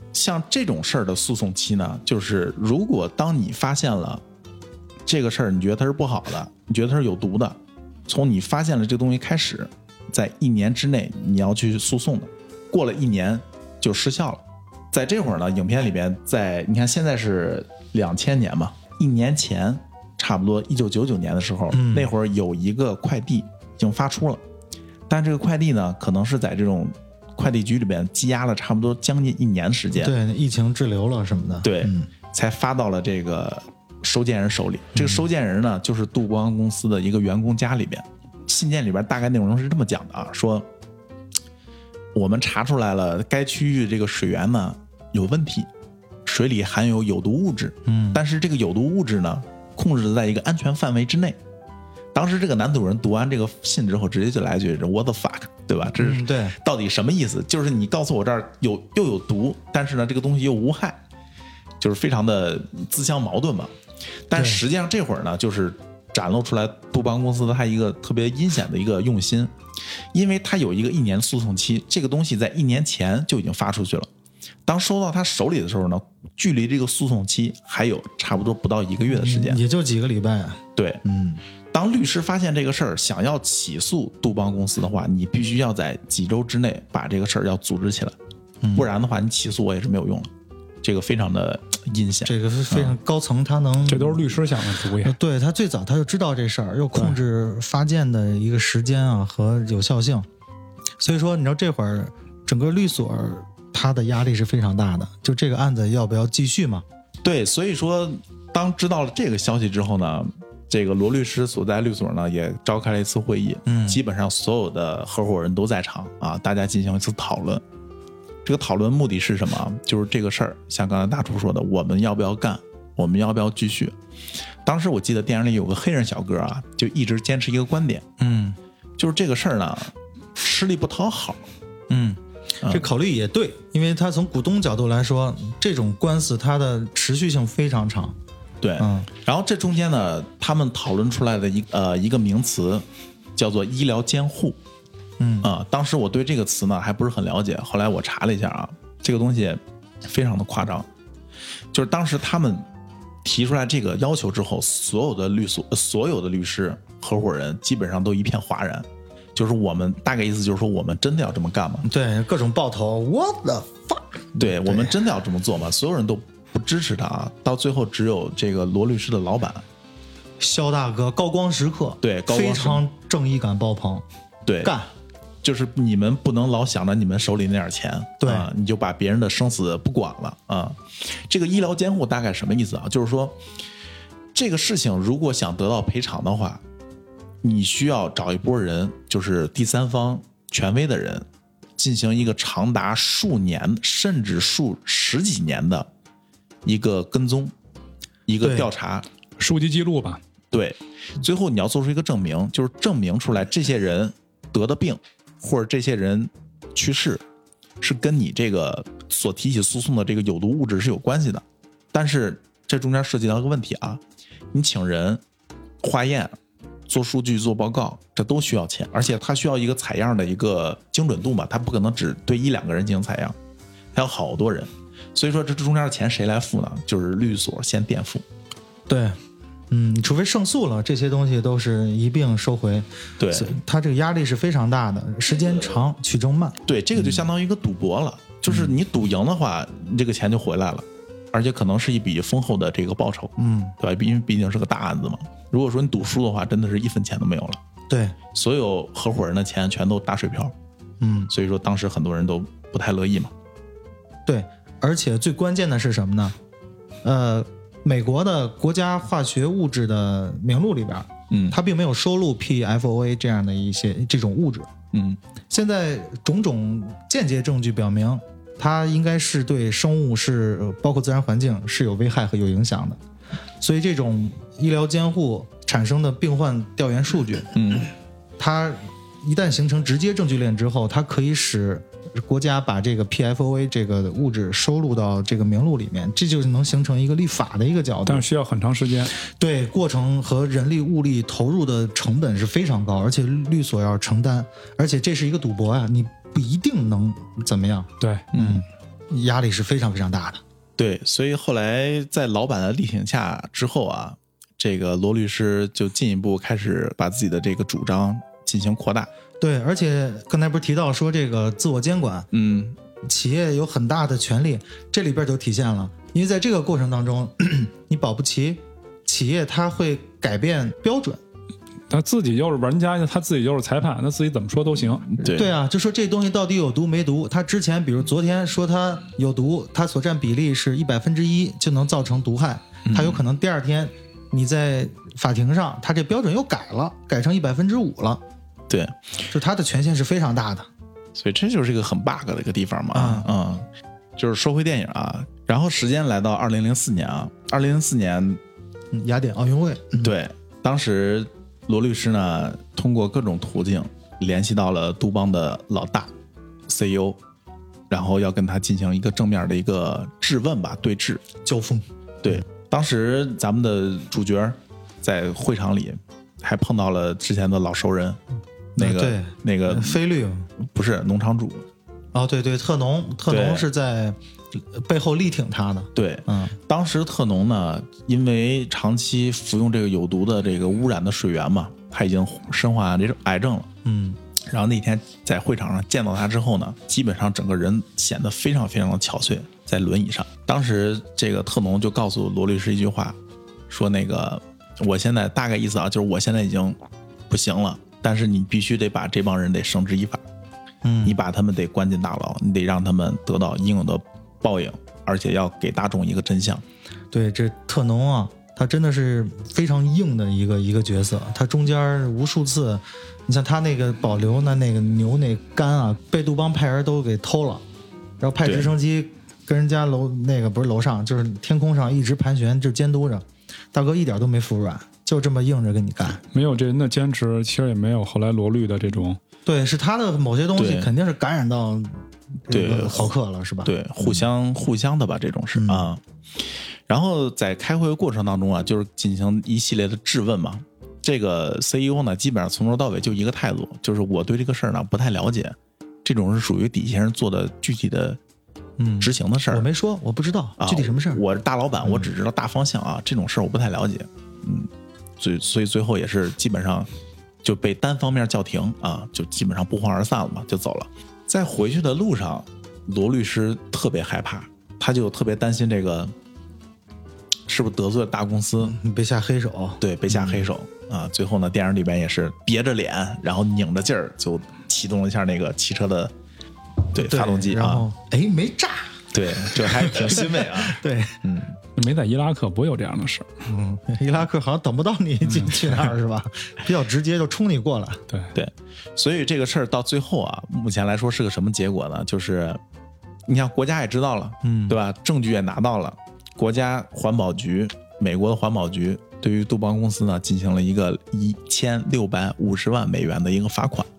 像这种事儿的诉讼期呢，就是如果当你发现了这个事儿，你觉得它是不好的，你觉得它是有毒的，从你发现了这个东西开始，在1年之内你要去诉讼的，过了1年就失效了。在这会儿呢，影片里边你看现在是2000年嘛，1年前差不多1999年的时候，那会儿有一个快递已经发出了，但这个快递呢，可能是在这种快递局里边积压了差不多将近1年的时间， 对，疫情滞留了什么的， 对，才发到了这个收件人手里。这个收件人呢，就是杜邦公司的一个员工家里边。信件里边大概内容是这么讲的啊，说我们查出来了该区域这个水源呢有问题，水里含有有毒物质，但是这个有毒物质呢控制在一个安全范围之内。当时这个男主人读完这个信之后，直接就来一句 "What the fuck"， 对吧？这是对， 到底什么意思？就是你告诉我这儿又有毒，但是呢这个东西又无害，就是非常的自相矛盾嘛。但实际上这会儿呢，就是展露出来杜邦公司的它一个特别阴险的一个用心，因为它有一个1年诉讼期，这个东西在1年前就已经发出去了。当收到他手里的时候呢，距离这个诉讼期还有差不多不到1个月的时间， 也就几个礼拜。 对，当律师发现这个事儿，想要起诉杜邦公司的话，你必须要在几周之内把这个事儿要组织起来，不然的话，你起诉我也是没有用的。这个非常的阴险， 这个是非常高层，他能， 这都是律师想的主意。 对，他最早他就知道这事儿，又控制发件的一个时间啊和有效性，所以说你知道这会儿整个律所他的压力是非常大的，就这个案子要不要继续嘛？ 对，所以说当知道了这个消息之后呢，这个罗律师所在律所呢也召开了一次会议，基本上所有的合伙人都在场啊，大家进行一次讨论。这个讨论目的是什么？就是这个事儿，像刚才大厨说的，我们要不要干？我们要不要继续？当时我记得电影里有个黑人小哥啊，就一直坚持一个观点，就是这个事儿呢，吃力不讨好。 这考虑也对，因为他从股东角度来说，这种官司它的持续性非常长。 对，然后这中间呢，他们讨论出来的一个名词叫做医疗监护。当时我对这个词呢还不是很了解，后来我查了一下啊，这个东西非常的夸张，就是当时他们提出来这个要求之后，所有的律师合伙人基本上都一片哗然，就是我们大概意思就是说我们真的要这么干吗？ 对，各种爆头 ，What the fuck？ 对，我们真的要这么做吗？所有人都不支持他啊，到最后只有这个罗律师的老板肖大哥高光时刻， 对，高光时刻非常正义感爆棚， 对， 干。 就是你们不能老想着你们手里那点钱， 对， 你就把别人的生死不管了啊。这个医疗监护大概什么意思啊？就是说，这个事情如果想得到赔偿的话，你需要找一波人，就是第三方权威的人，进行一个长达数年甚至十几年的一个跟踪，一个调查， 书籍记录吧。 对，最后你要做出一个证明，就是证明出来这些人得的病。或者这些人去世是跟你这个所提起诉讼的这个有毒物质是有关系的，但是这中间涉及到一个问题啊，你请人化验、做数据、做报告，这都需要钱，而且它需要一个采样的一个精准度嘛，它不可能只对1-2个人进行采样，它有好多人，所以说这中间的钱谁来付呢？就是律所先垫付。 对。除非胜诉了，这些东西都是一并收回。 对， 他这个压力是非常大的，时间长，取证慢。 对，这个就相当于一个赌博了，就是你赌赢的话，你这个钱就回来了，而且可能是一笔丰厚的这个报酬。对吧？因为毕竟是个大案子嘛。如果说你赌输的话，真的是1分钱都没有了。 对， 所有合伙人的钱全都打水漂。所以说当时很多人都不太乐意嘛。 对，而且最关键的是什么呢？美国的国家化学物质的名录里边，它并没有收录 PFOA 这样的一些这种物质。现在种种间接证据表明，它应该是对生物包括自然环境是有危害和有影响的。所以这种医疗监护产生的病患调研数据，它一旦形成直接证据链之后，它可以使国家把这个 PFOA 这个物质收录到这个名录里面，这就能形成一个立法的一个角度。 但是需要很长时间， 对，过程和人力物力投入的成本是非常高，而且律所要承担，而且这是一个赌博啊，你不一定能怎么样。 对， 压力是非常非常大的。 对，所以后来在老板的力挺下之后啊，这个罗律师就进一步开始把自己的这个主张进行扩大。 对，而且刚才不是提到说这个自我监管，企业有很大的权利，这里边就体现了，因为在这个过程当中，你保不齐企业它会改变标准。 他自己就是玩家，他自己就是裁判，他自己怎么说都行。 对啊，就说这东西到底有毒没毒？他之前比如昨天说它有毒，它所占比例是100%就能造成毒害，它有可能第二天你在法庭上，它这标准又改了，改成150%了。 对， 就它的权限是非常大的。 所以这就是一个很 bug 的一个地方嘛。就是说回电影啊，然后时间来到2004年啊，2004年雅典奥运会， 对，当时罗律师呢通过各种途径联系到了杜邦的老大 CEO， 然后要跟他进行一个正面的一个质问吧，对峙交锋。 对，当时咱们的主角在会场里还碰到了之前的老熟人，那个菲律不是农场主。 哦，对对，特农是在背后力挺他的。 对，当时特农呢，因为长期服用这个有毒的这个污染的水源嘛，他已经身患这种癌症了。然后那天在会场上见到他之后呢，基本上整个人显得非常非常的憔悴，在轮椅上。当时这个特农就告诉罗律师一句话，说那个我现在大概意思啊，就是我现在已经不行了，但是你必须得把这帮人得绳之以法。你把他们得关进大牢，你得让他们得到应有的报应，而且要给大众一个真相。 对，这特农啊，他真的是非常硬的一个角色，他中间无数次，你像他那个保留那个牛那肝啊，被杜邦派人都给偷了，然后派直升机跟人家不是楼上，就是天空上一直盘旋，就监督着，大哥一点都没服软，就这么硬着跟你干。 没有这人的坚持，其实也没有后来罗律的这种。 对，是他的某些东西肯定是感染到豪客了，是吧？ 对，互相的吧，这种是啊。然后在开会的过程当中啊，就是进行一系列的质问嘛。这个 CEO 呢，基本上从头到尾就一个态度，就是我对这个事儿呢不太了解，这种是属于底下人做的具体的执行的事儿。 我没说，我不知道具体什么事儿。 我是大老板，我只知道大方向啊，这种事儿我不太了解。所以最后也是基本上就被单方面叫停啊，就基本上不欢而散了嘛，就走了。在回去的路上，罗律师特别害怕，他就特别担心这个是不是得罪了大公司， 被下黑手。对， 被下黑手啊。最后呢，电影里边也是憋着脸，然后拧着劲儿就启动了一下那个汽车的发动机， 然后没炸。 对，这还挺欣慰啊。 对， 没在伊拉克不会有这样的事。 伊拉克好像等不到你进去那儿是吧？比较直接就冲你过来。 对，所以这个事儿到最后啊，目前来说是个什么结果呢？就是你看国家也知道了，对吧？证据也拿到了，国家环保局，美国的环保局对于杜邦公司呢进行了一个$1650万的一个罚款。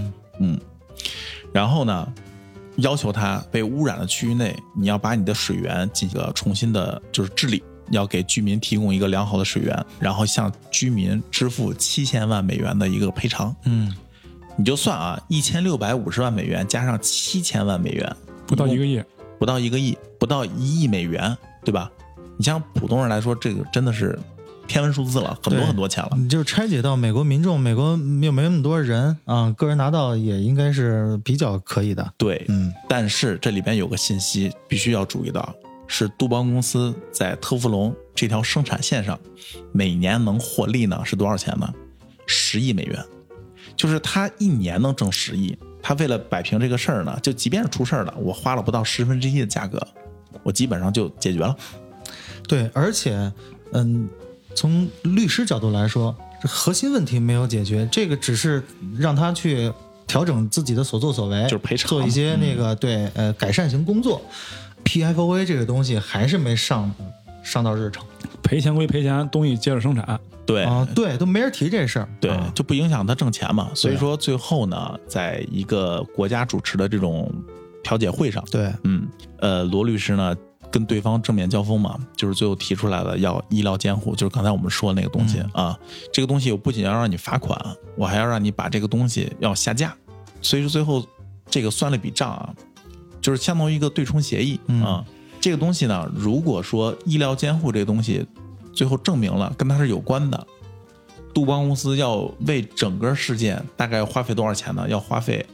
然后呢，要求他被污染的区域内，你要把你的水源进行重新的就是治理，要给居民提供一个良好的水源，然后向居民支付$7000万的一个赔偿。你就算啊，$1650万加上$7000万， 不到1个亿， 不到1个亿，不到1亿美元，对吧？你像普通人来说，这个真的是天文数字了，很多很多钱了。 你就拆解到美国民众，美国又没那么多人啊，个人拿到也应该是比较可以的。 对，但是这里边有个信息必须要注意到，是杜邦公司在特氟龙这条生产线上每年能获利呢是多少钱呢？$10亿，就是他一年能挣10亿。他为了摆平这个事儿呢，就即便是出事儿了，我花了不到1/10的价格，我基本上就解决了。 对，而且从律师角度来说，这核心问题没有解决，这个只是让他去调整自己的所作所为， 就是赔偿， 做一些那个改善型工作。PFOA 这个东西还是没上到日程， 赔钱归赔钱，东西接着生产。 对对，都没人提这事儿， 对，就不影响他挣钱嘛。所以说最后呢，在一个国家主持的这种调解会上， 对， 罗律师呢跟对方正面交锋嘛，就是最后提出来了要医疗监护，就是刚才我们说的那个东西啊。这个东西我不仅要让你罚款，我还要让你把这个东西要下架。所以说最后这个算了笔账啊， 就是相当于一个对冲协议啊。这个东西呢，如果说医疗监护这个东西最后证明了跟它是有关的，杜邦公司要为整个事件大概花费多少钱呢？要花费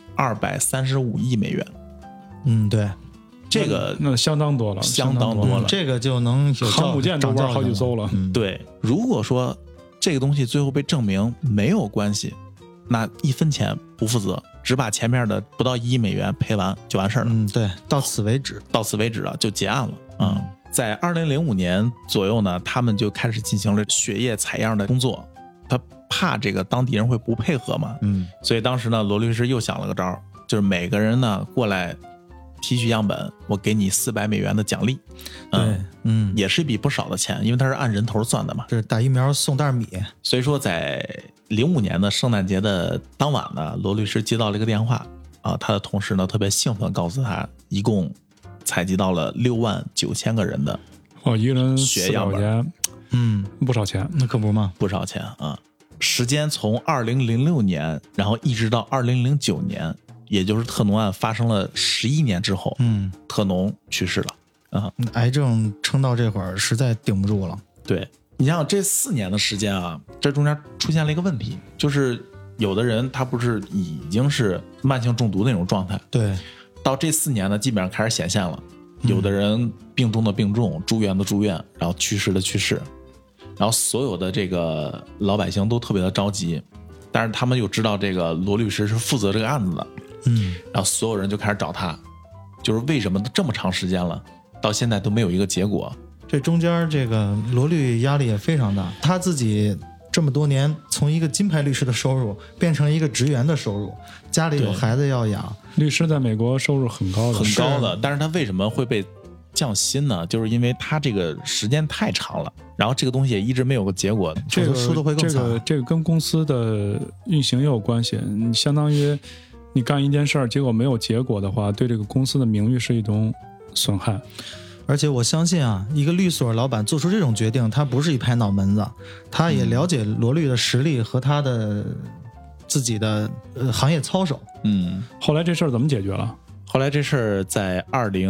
235亿美元。 对， 这个那相当多了， 相当多了。 这个就能有航母舰都玩好几艘了。 对，如果说这个东西最后被证明没有关系，那1分钱不负责，只把前面的不到1亿美元赔完就完事儿了。 对，到此为止了，就结案了。在2005年左右呢，他们就开始进行了血液采样的工作。他怕这个当地人会不配合嘛，所以当时呢，罗律师又想了个招，就是每个人呢过来提取样本，我给你400美元的奖励。也是一笔不少的钱，因为他是按人头算的嘛。 这打疫苗送袋米。 所以说，在05年的圣诞节的当晚呢，罗律师接到了一个电话啊，他的同事呢特别兴奋，告诉他一共采集到了69000个人的一个人血样本。 不少钱， 那可不嘛， 不少钱啊！时间从2006年，然后一直到2009年，也就是特农案发生了11年之后，特农去世了癌症撑到这会儿实在顶不住了。 对，你想想这4年的时间啊，这中间出现了一个问题，就是有的人他不是已经是慢性中毒那种状态， 对， 到这4年呢，基本上开始显现了。有的人病重的病重，住院的住院，然后去世的去世。然后所有的这个老百姓都特别的着急，但是他们又知道这个罗律师是负责这个案子的，然后所有人就开始找他，就是为什么这么长时间了，到现在都没有一个结果。 这中间这个罗律压力也非常大，他自己这么多年从一个金牌律师的收入变成一个职员的收入，家里有孩子要养， 律师在美国收入很高的，但是他为什么会被降薪呢？就是因为他这个时间太长了，然后这个东西也一直没有个结果， 这个输的会更惨。 这个跟公司的运行也有关系。你相当于你干一件事儿，结果没有结果的话，对这个公司的名誉是一种损害。 而且我相信啊，一个律所老板做出这种决定，他不是一拍脑门子，他也了解罗律的实力和他的自己的行业操守。 后来这事儿怎么解决了？ 后来这事儿在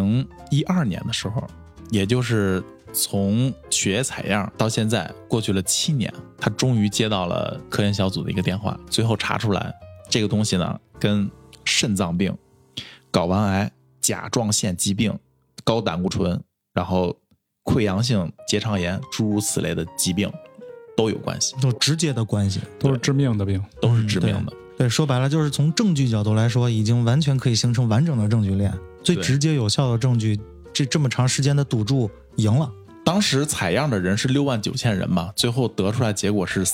2012年的时候，也就是从血液采样到现在过去了7年，他终于接到了科研小组的一个电话，最后查出来这个东西呢跟肾脏病、睾丸癌、甲状腺疾病、高胆固醇，然后溃疡性结肠炎诸如此类的疾病都有关系， 有直接的关系， 都是致命的病， 都是致命的。 对，说白了就是从证据角度来说，已经完全可以形成完整的证据链，最直接有效的证据，这么长时间的赌注赢了。 当时采样的人是69000人嘛，最后得出来结果是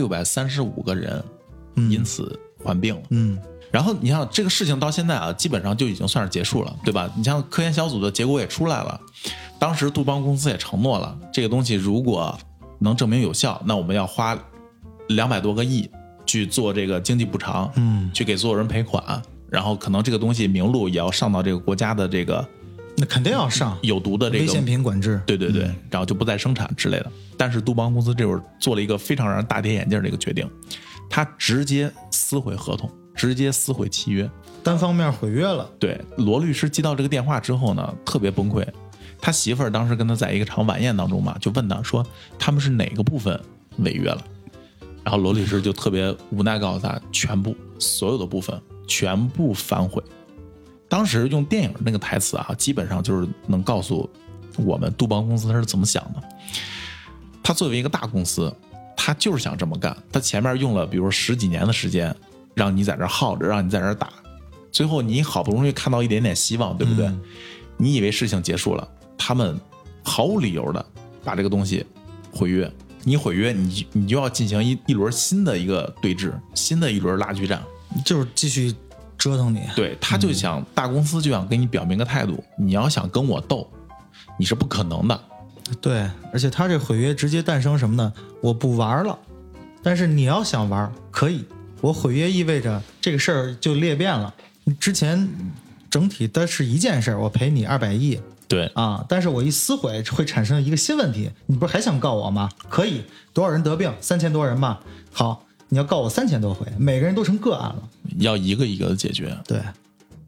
3635个人因此患病了。然后你像这个事情到现在啊，基本上就已经算是结束了，对吧？你像科研小组的结果也出来了，当时杜邦公司也承诺了，这个东西如果能证明有效，那我们要花200多个亿去做这个经济补偿，去给所有人赔款，然后可能这个东西名录也要上到这个国家的这个， 那肯定要上有毒的这个危险品管制， 对，然后就不再生产之类的。但是杜邦公司这会儿做了一个非常让人大跌眼镜的一个决定，他直接撕毁合同，直接撕毁契约， 单方面毁约了。 对，罗律师接到这个电话之后呢，特别崩溃。他媳妇儿当时跟他在一个场晚宴当中嘛，就问他说他们是哪个部分违约了，然后罗律师就特别无奈告诉他，全部所有的部分全部反悔。当时用电影那个台词啊，基本上就是能告诉我们杜邦公司他是怎么想的。他作为一个大公司，他就是想这么干，他前面用了比如10几年的时间让你在这耗着，让你在这打，最后你好不容易看到一点点希望，对不对？你以为事情结束了，他们毫无理由的把这个东西毁约，你毁约，你就要进行一轮新的一个对峙，新的一轮拉锯战， 就是继续折腾你。 对，他就想大公司就想给你表明个态度，你要想跟我斗，你是不可能的。 对，而且他这毁约直接诞生什么呢？我不玩了，但是你要想玩可以，我毁约意味着这个事儿就裂变了。你之前整体的是一件事，我赔你200亿。 对啊，但是我一撕毁会产生一个新问题，你不是还想告我吗？可以，多少人得病？3000多人吧。好，你要告我3000多回，每个人都成个案了， 要一个一个的解决。 对，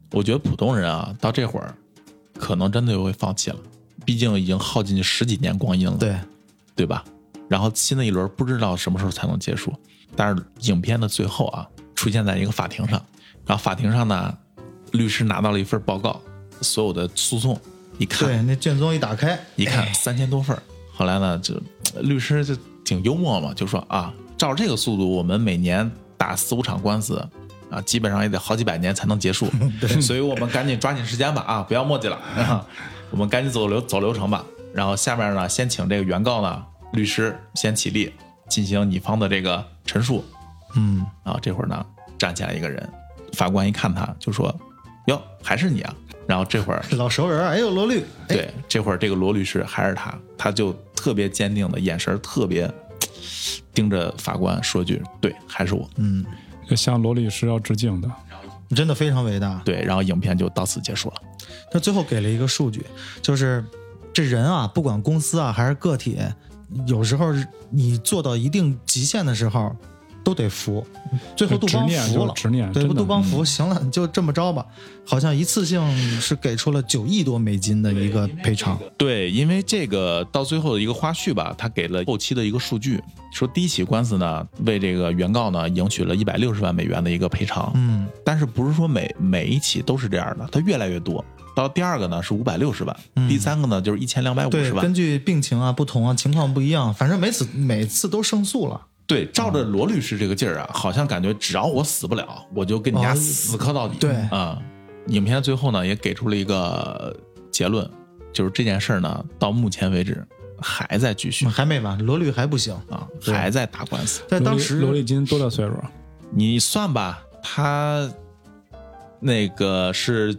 我觉得普通人啊，到这会儿可能真的就会放弃了，毕竟已经耗尽10几年光阴了，对吧？然后新的一轮不知道什么时候才能结束。但是影片的最后啊，出现在一个法庭上，然后法庭上呢，律师拿到了一份报告，所有的诉讼一看， 对，那卷宗一打开， 一看3000多份。后来呢，就律师就挺幽默嘛，就说啊，照这个速度，我们每年打4、5场官司啊，基本上也得好几百年才能结束。所以我们赶紧抓紧时间吧，啊，不要磨叽了，我们赶紧走流程吧。然后下面呢，先请这个原告呢律师先起立，进行你方的这个陈述。然后这会儿呢，站起来一个人，法官一看他就说：“哟，还是你啊！”然后这会儿老熟人，哎呦，罗律， 对，这会儿这个罗律师还是他就特别坚定的眼神，特别盯着法官说句：“对，还是我。” 向罗律师要致敬的， 真的非常伟大。 对，然后影片就到此结束了。 他最后给了一个数据，就是这人啊，不管公司啊还是个体，有时候你做到一定极限的时候都得服。最后杜邦服了，对，杜邦服，行了，就这么着吧。好像一次性是给出了9亿多美金的一个赔偿。 对，因为这个到最后的一个花絮吧，他给了后期的一个数据，说第一起官司呢，为这个原告呢赢取了160万美元的一个赔偿。但是不是说每一起都是这样的，它越来越多。到第二个呢是560万，第三个呢就是1250万。 对，根据病情啊不同啊，情况不一样，反正每次都胜诉了。 对，照着罗律师这个劲儿啊，好像感觉只要我死不了，我就跟你家死磕到底。 对啊，影片最后呢也给出了一个结论，就是这件事呢到目前为止还在继续， 还没完，罗律还不行啊，还在打官司。 在当时罗律今多大岁数？ 你算吧，他那个是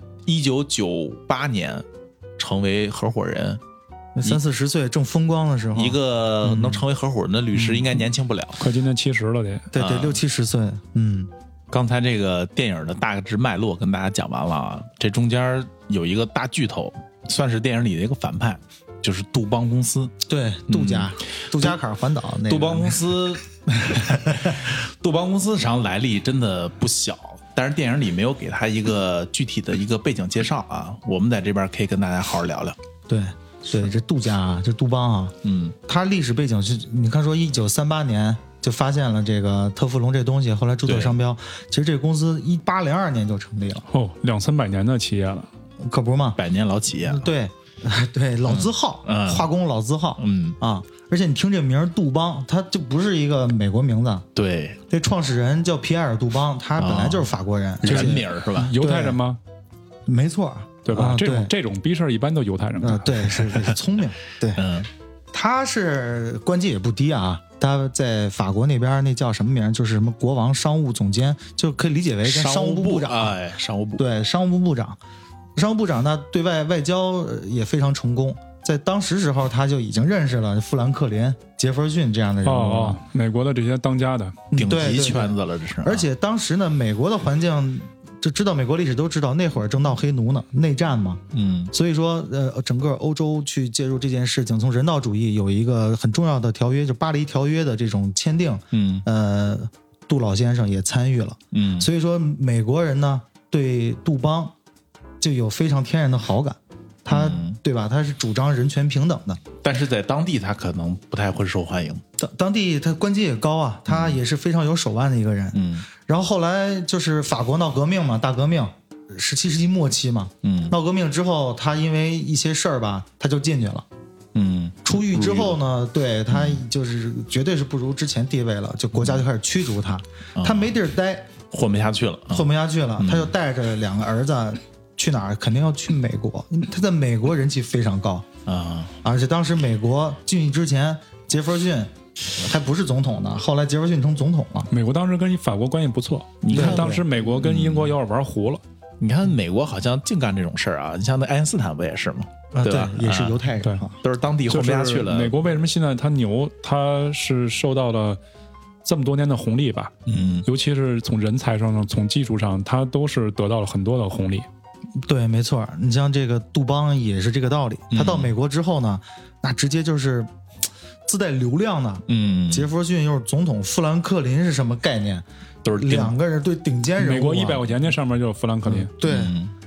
1998年成为合伙人。 30-40岁正风光的时候， 一个能成为合伙人的律师应该年轻不了， 快今年70了得。 对，60-70岁。 刚才这个电影的大致脉络跟大家讲完了啊，这中间有一个大巨头，算是电影里的一个反派，就是杜邦公司。 对，杜家坎环岛那个杜邦公司，杜邦公司实际上来历真的不小，但是电影里没有给他一个具体的一个背景介绍啊，我们在这边可以跟大家好好聊聊。 对，这杜家啊，这杜邦啊，它历史背景是，你看说1938年就发现了这个特氟龙这东西，后来注册商标。其实这个公司1802年就成立了 ，200-300年的企业了， 可不是吗？ 百年老企业。 对，老字号，化工老字号，而且你听这名杜邦，它就不是一个美国名字。 对， 这创始人叫皮埃尔·杜邦，他本来就是法国人， 人名是吧？ 犹太人吗？ 没错。 对吧？这种逼事儿一般都犹太人。 对，是聪明。对，他是官阶也不低啊。他在法国那边那叫什么名？就是什么国王商务总监，就可以理解为跟商务部部长。 商务部。 对，商务部部长。商务部长呢，对外交也非常成功。在当时时候，他就已经认识了富兰克林、杰弗逊这样的人物。 美国的这些当家的顶级圈子了，这是。 而且当时呢，美国的环境。就知道美国历史都知道，那会儿正闹黑奴呢，内战嘛，所以说整个欧洲去介入这件事情，从人道主义有一个很重要的条约，就巴黎条约的这种签订，杜老先生也参与了，所以说美国人呢对杜邦就有非常天然的好感，他对吧？他是主张人权平等的， 但是在当地他可能不太会受欢迎， 当地他官阶也高啊，他也是非常有手腕的一个人，然后后来就是法国闹革命嘛，大革命，17世纪末期嘛，闹革命之后，他因为一些事儿吧，他就进去了，出狱之后呢，对他就是绝对是不如之前地位了，就国家就开始驱逐他，他没地儿待， 混不下去了， 他就带着2个儿子去哪儿？肯定要去美国，他在美国人气非常高啊，而且当时美国进去之前，杰弗逊还不是总统呢，后来杰弗逊成总统了。 美国当时跟法国关系不错，你看当时美国跟英国有点玩糊了。 你看美国好像净干这种事儿啊，你像那爱因斯坦不也是吗？对吧？ 也是犹太人， 都是当地混不下去了。 美国为什么现在它牛？它是受到了这么多年的红利吧？尤其是从人才上、从技术上，它都是得到了很多的红利。 对，没错。你像这个杜邦也是这个道理。他到美国之后呢，那直接就是自带流量的。杰弗逊又是总统，富兰克林是什么概念？ 都是 2个人对顶尖人物。 美国100块钱那上面就是富兰克林。 对，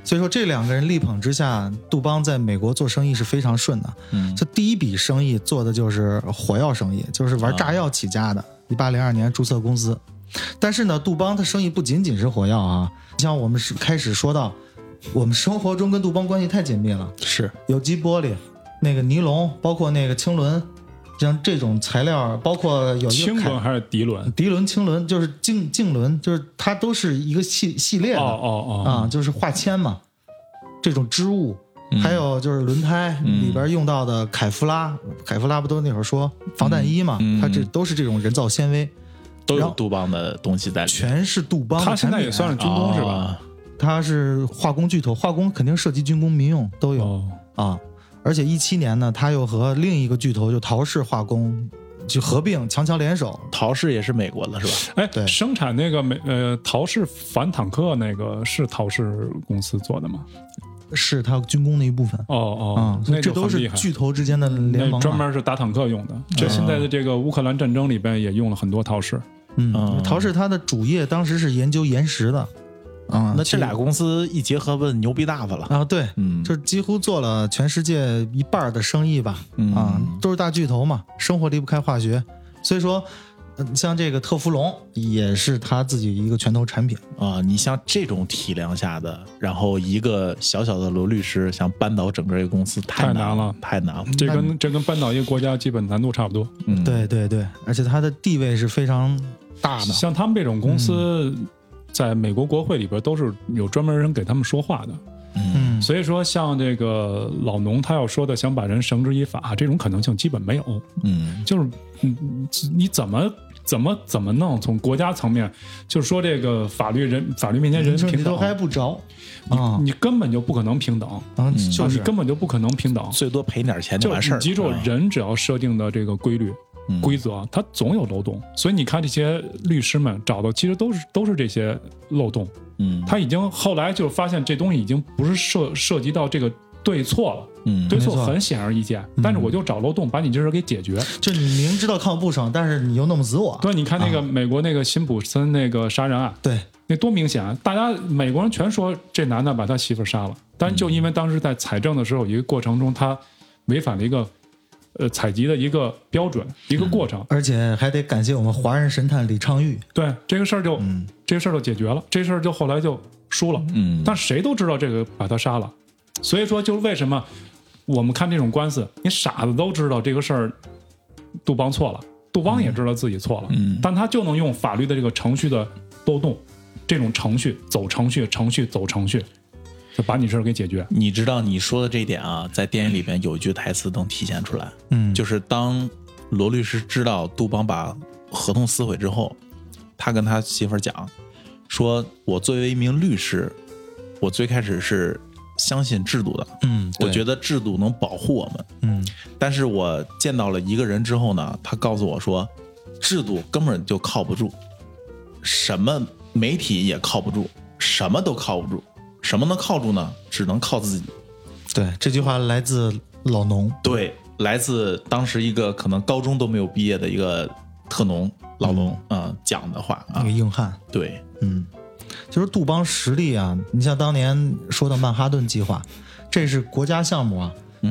所以说这2个人力捧之下，杜邦在美国做生意是非常顺的。这第一笔生意做的就是火药生意，就是玩炸药起家的。1802年注册公司。但是呢，杜邦它生意不仅仅是火药啊，像我们开始说到，我们生活中跟杜邦关系太紧密了， 是有机玻璃、那个尼龙，包括那个氢轮，像这种材料，包括有一个氢轮还是涤纶？ 涤纶、氢轮就是净轮，就是它都是一个系列的啊，就是化纤嘛，这种织物。还有就是轮胎里边用到的凯夫拉，凯夫拉不都那会儿说防弹衣嘛，它这都是这种人造纤维， 都有杜邦的东西在里面， 全是杜邦的它现在也算是军工是吧？ 它是化工巨头，化工肯定涉及军工民用都有啊。而且17年呢，它又和另一个巨头就陶氏化工就合并，强强联手。 陶氏也是美国的是吧？ 哎， 对， 生产那个陶氏反坦克那个是陶氏公司做的吗？ 是它军工的一部分。这都是巨头之间的联盟， 专门是打坦克用的。这现在的这个乌克兰战争里边也用了很多陶氏。 陶氏它的主业当时是研究岩石的。 那这俩公司一结合，问牛逼大发了啊！对，就是几乎做了全世界一半的生意吧。都是大巨头嘛，生活离不开化学，所以说。像这个特氟龙也是他自己一个拳头产品啊！你像这种体量下的，然后一个小小的罗律师想扳倒整个一个公司，太难了，太难了。 这跟扳倒一个国家基本难度差不多。 对对对，而且它的地位是非常大的。 像他们这种公司，在美国国会里边都是有专门人给他们说话的。所以说像这个老农他要说的想把人绳之以法，这种可能性基本没有。就是你怎么弄？从国家层面，就是说这个法律面前人平等， 都还不着你根本就不可能平等就是你根本就不可能平等， 最多赔点钱就完事儿。 你记住，人只要设定的这个规律。规则它总有漏洞，所以你看这些律师们找的其实都是这些漏洞。他已经后来就发现这东西已经不是涉及到这个对错了。对错很显而易见，但是我就找漏洞把你这事给解决。 就你明知道抗不成，但是你又弄不死我。 对，你看那个美国那个辛普森那个杀人案， 对， 那多明显啊！大家美国人全说这男的把他媳妇杀了，但就因为当时在采证的时候，一个过程中他违反了一个。采集的一个标准，一个过程， 而且还得感谢我们华人神探李昌钰。 对，这个事儿就解决了，这事儿就后来就输了。但谁都知道这个把他杀了，所以说就是为什么我们看这种官司，你傻子都知道这个事儿，杜邦错了，杜邦也知道自己错了，但他就能用法律的这个程序的漏洞，这种程序走程序走程序。就把你这儿给解决。 你知道你说的这一点啊，在电影里边有一句台词能体现出来，就是当罗律师知道杜邦把合同撕毁之后，他跟他媳妇儿讲，说我作为一名律师，我最开始是相信制度的，我觉得制度能保护我们，但是我见到了一个人之后呢，他告诉我说，制度根本就靠不住，什么媒体也靠不住，什么都靠不住。什么能靠住呢？只能靠自己。 对，这句话来自老农， 对，来自当时一个可能高中都没有毕业的一个特农老农讲的话啊， 那个硬汉。 对， 就是杜邦实力啊，你像当年说的曼哈顿计划，这是国家项目啊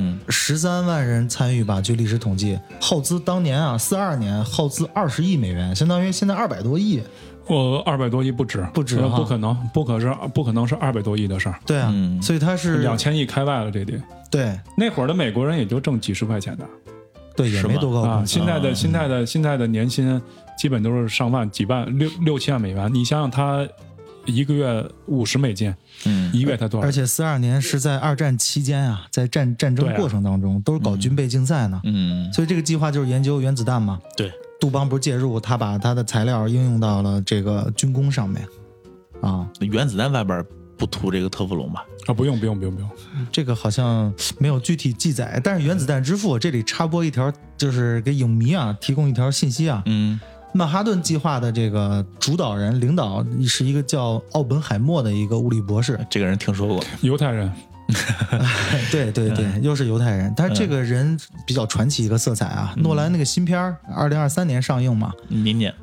，13万人参与吧，据历史统计，耗资当年啊，42年耗资20亿美元，相当于现在200多亿。 200多亿不止， 不可能，不可能是200多亿的事儿。 对啊，所以它是 2000亿开外了，这得。 对， 那会儿的美国人也就挣几十块钱的， 对，也没多高啊。现在的年薪基本都是上万、几万、6000万美元。你想想，他一个月50美金，一月才多少？ 而且42年是在2战期间啊，在战争过程当中，都是搞军备竞赛呢。所以这个计划就是研究原子弹嘛。 对。 杜邦不是介入，他把他的材料应用到了这个军工上面啊。 原子弹外边不涂这个特氟龙吧？ 啊，不用， 这个好像没有具体记载。但是原子弹之父这里插播一条，就是给影迷啊提供一条信息啊。曼哈顿计划的这个主导人、领导是一个叫奥本海默的一个物理博士。 这个人听说过， 犹太人。 对，又是犹太人，但是这个人比较传奇一个色彩啊。诺兰那个新片2023年上映嘛， 明年，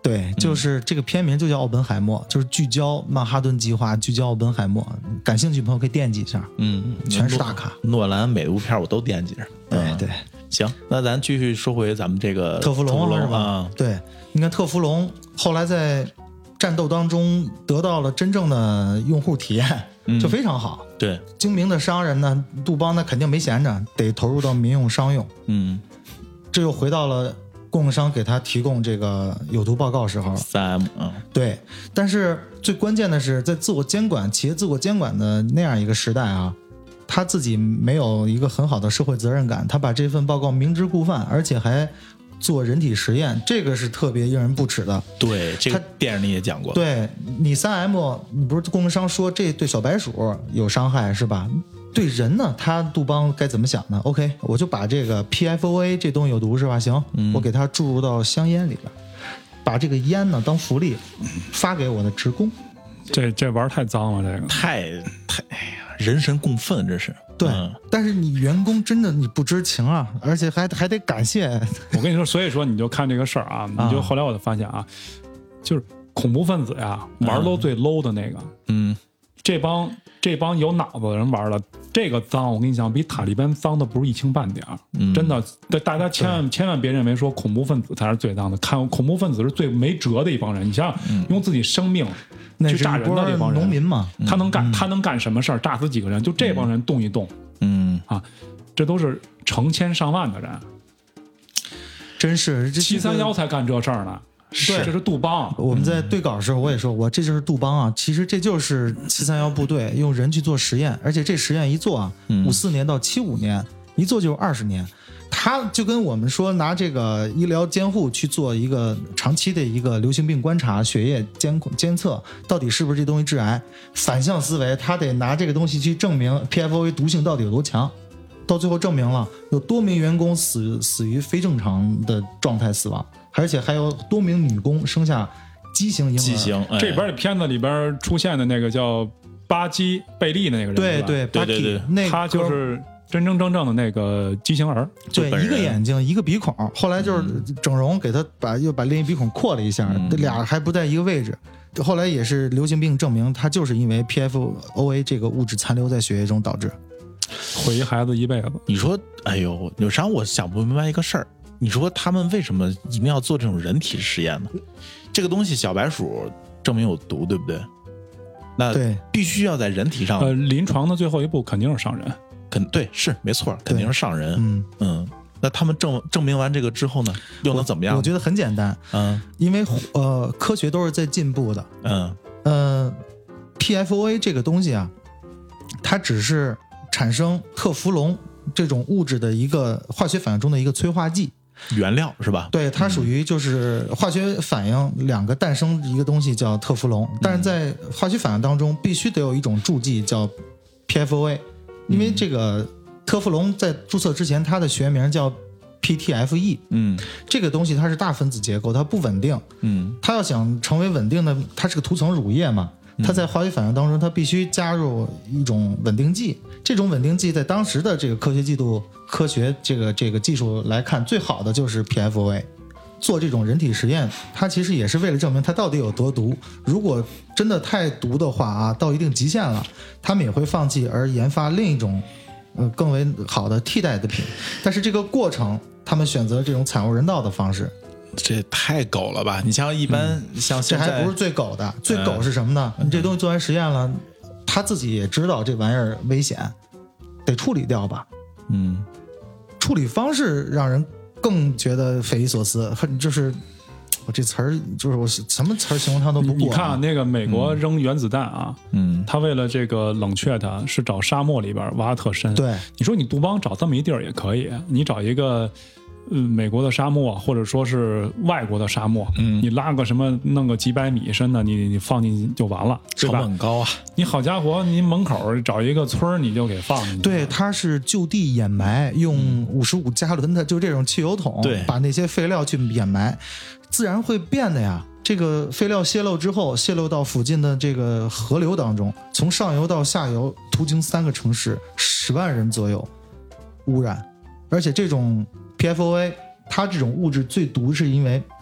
对，就是这个片名就叫奥本海默，就是聚焦曼哈顿计划，聚焦奥本海默。感兴趣朋友可以惦记一下，全是大咖。 诺兰每部片我都惦记着。 对， 行，那咱继续说回咱们这个特弗龙是吧？ 啊， 对，你看特弗龙后来在战斗当中得到了真正的用户体验，就非常好。 对， 精明的商人呢，杜邦那肯定没闲着，得投入到民用商用。这又回到了供应商给他提供这个有毒报告时候。 3M， 对。但是最关键的是，在企业自我监管的那样一个时代啊，他自己没有一个很好的社会责任感，他把这份报告明知故犯，而且还做人体实验，这个是特别令人不齿的。 对，这个电影里也讲过。 对，你 3M， 你不是供应商说这对小白鼠有伤害是吧？对人呢，他杜邦该怎么想呢 ？OK， 我就把这个 PFOA 这东西有毒是吧？行，我给它注入到香烟里边，把这个烟呢当福利发给我的职工。 这玩太脏了，这个太，哎呀，人神共愤，这是。 对，但是你员工真的你不知情啊，而且还得感谢。 我跟你说，所以说你就看这个事儿啊，你就后来我就发现啊，就是恐怖分子呀玩都最 low 的那个，这帮有脑子的人玩了这个脏，我跟你讲，比塔利班脏的不是一星半点儿，真的。大家千万别认为说恐怖分子才是最脏的，看恐怖分子是最没辙的一帮人。你想想，用自己生命去炸人的这帮人， 农民嘛， 他能干什么事儿？炸死几个人？就这帮人动一动，这都是成千上万的人， 真是 731才干这事儿呢。 对， 这是杜邦。 我们在对稿的时候，我也说，这就是杜邦啊。其实这就是731部队用人去做实验，而且这实验一做啊，54年到75年，一做就是20年。他就跟我们说，拿这个医疗监护去做一个长期的一个流行病观察、血液监测，到底是不是这东西致癌？反向思维，他得拿这个东西去证明 PFOA 毒性到底有多强。到最后证明了有多名员工死于非正常的状态死亡，而且还有多名女工生下畸形婴儿。 这边的片子里边出现的那个叫巴基贝利的那个人， 对，那他就是真正的那个畸形儿。 对，一个眼睛一个鼻孔，后来就是整容给他又把另一鼻孔扩了一下，俩还不在一个位置。后来也是流行病证明，他就是因为 PFOA 这个物质残留在血液中导致。 毁一孩子一辈子。 你说，哎呦，有啥我想不明白一个事儿。你说他们为什么一定要做这种人体实验呢？这个东西小白鼠证明有毒，对不对？那对， 必须要在人体上。 临床的最后一步肯定是上人。 对，是没错，肯定是上人。那他们证明完这个之后呢，又能怎么样？ 我觉得很简单。因为科学都是在进步的。PFOA 这个东西啊，它只是产生特氟龙这种物质的一个化学反应中的一个催化剂原料是吧？ 对，它属于就是化学反应两个诞生一个东西叫特氟龙，但是在化学反应当中必须得有一种助剂叫 PFOA， 因为这个特氟龙在注册之前它的学名叫 PTFE， 这个东西它是大分子结构，它不稳定，它要想成为稳定的，它是个涂层乳液嘛。它在化学反应当中，它必须加入一种稳定剂。这种稳定剂在当时的这个科学这个技术来看，最好的就是 PFOA。做这种人体实验，它其实也是为了证明它到底有多毒。如果真的太毒的话啊，到一定极限了，他们也会放弃而研发另一种更为好的替代的品。但是这个过程，他们选择这种惨无人道的方式。 这太狗了吧！你像一般像现在， 这还不是最狗的，最狗是什么呢？你这东西做完实验了，他自己也知道这玩意儿危险，得处理掉吧。处理方式让人更觉得匪夷所思，就是我这词儿，就是我什么词儿形容它都不过。 你看那个美国扔原子弹啊，他为了这个冷却它，是找沙漠里边挖特深。 对， 你说你杜邦找这么一地儿也可以，你找一个。美国的沙漠，或者说是外国的沙漠，你拉个什么，弄个几百米深的，你放进去就完了，对吧？ 成本高啊！ 你好家伙，你门口找一个村儿，你就给放进去。 对，它是就地掩埋，用55加仑的就这种汽油桶，把那些废料去掩埋，自然会变的呀。这个废料泄漏之后，泄漏到附近的这个河流当中，从上游到下游，途经3个城市，10万人左右污染，而且这种。PFOA 它这种物质最毒是因为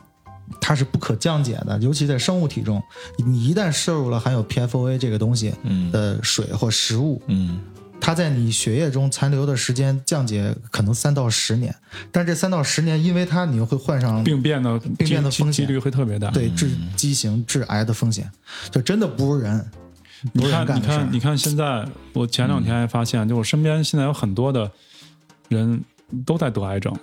它是不可降解的，尤其在生物体中，你一旦摄入了含有 PFOA 这个东西的水或食物，它在你血液中残留的时间降解可能3到10年，但这3到10年，因为它你会患上病变的风险几率会特别大， 对，致畸形、致癌的风险，就真的不如人。 你看，现在我前2天还发现，就我身边现在有很多的人都在得癌症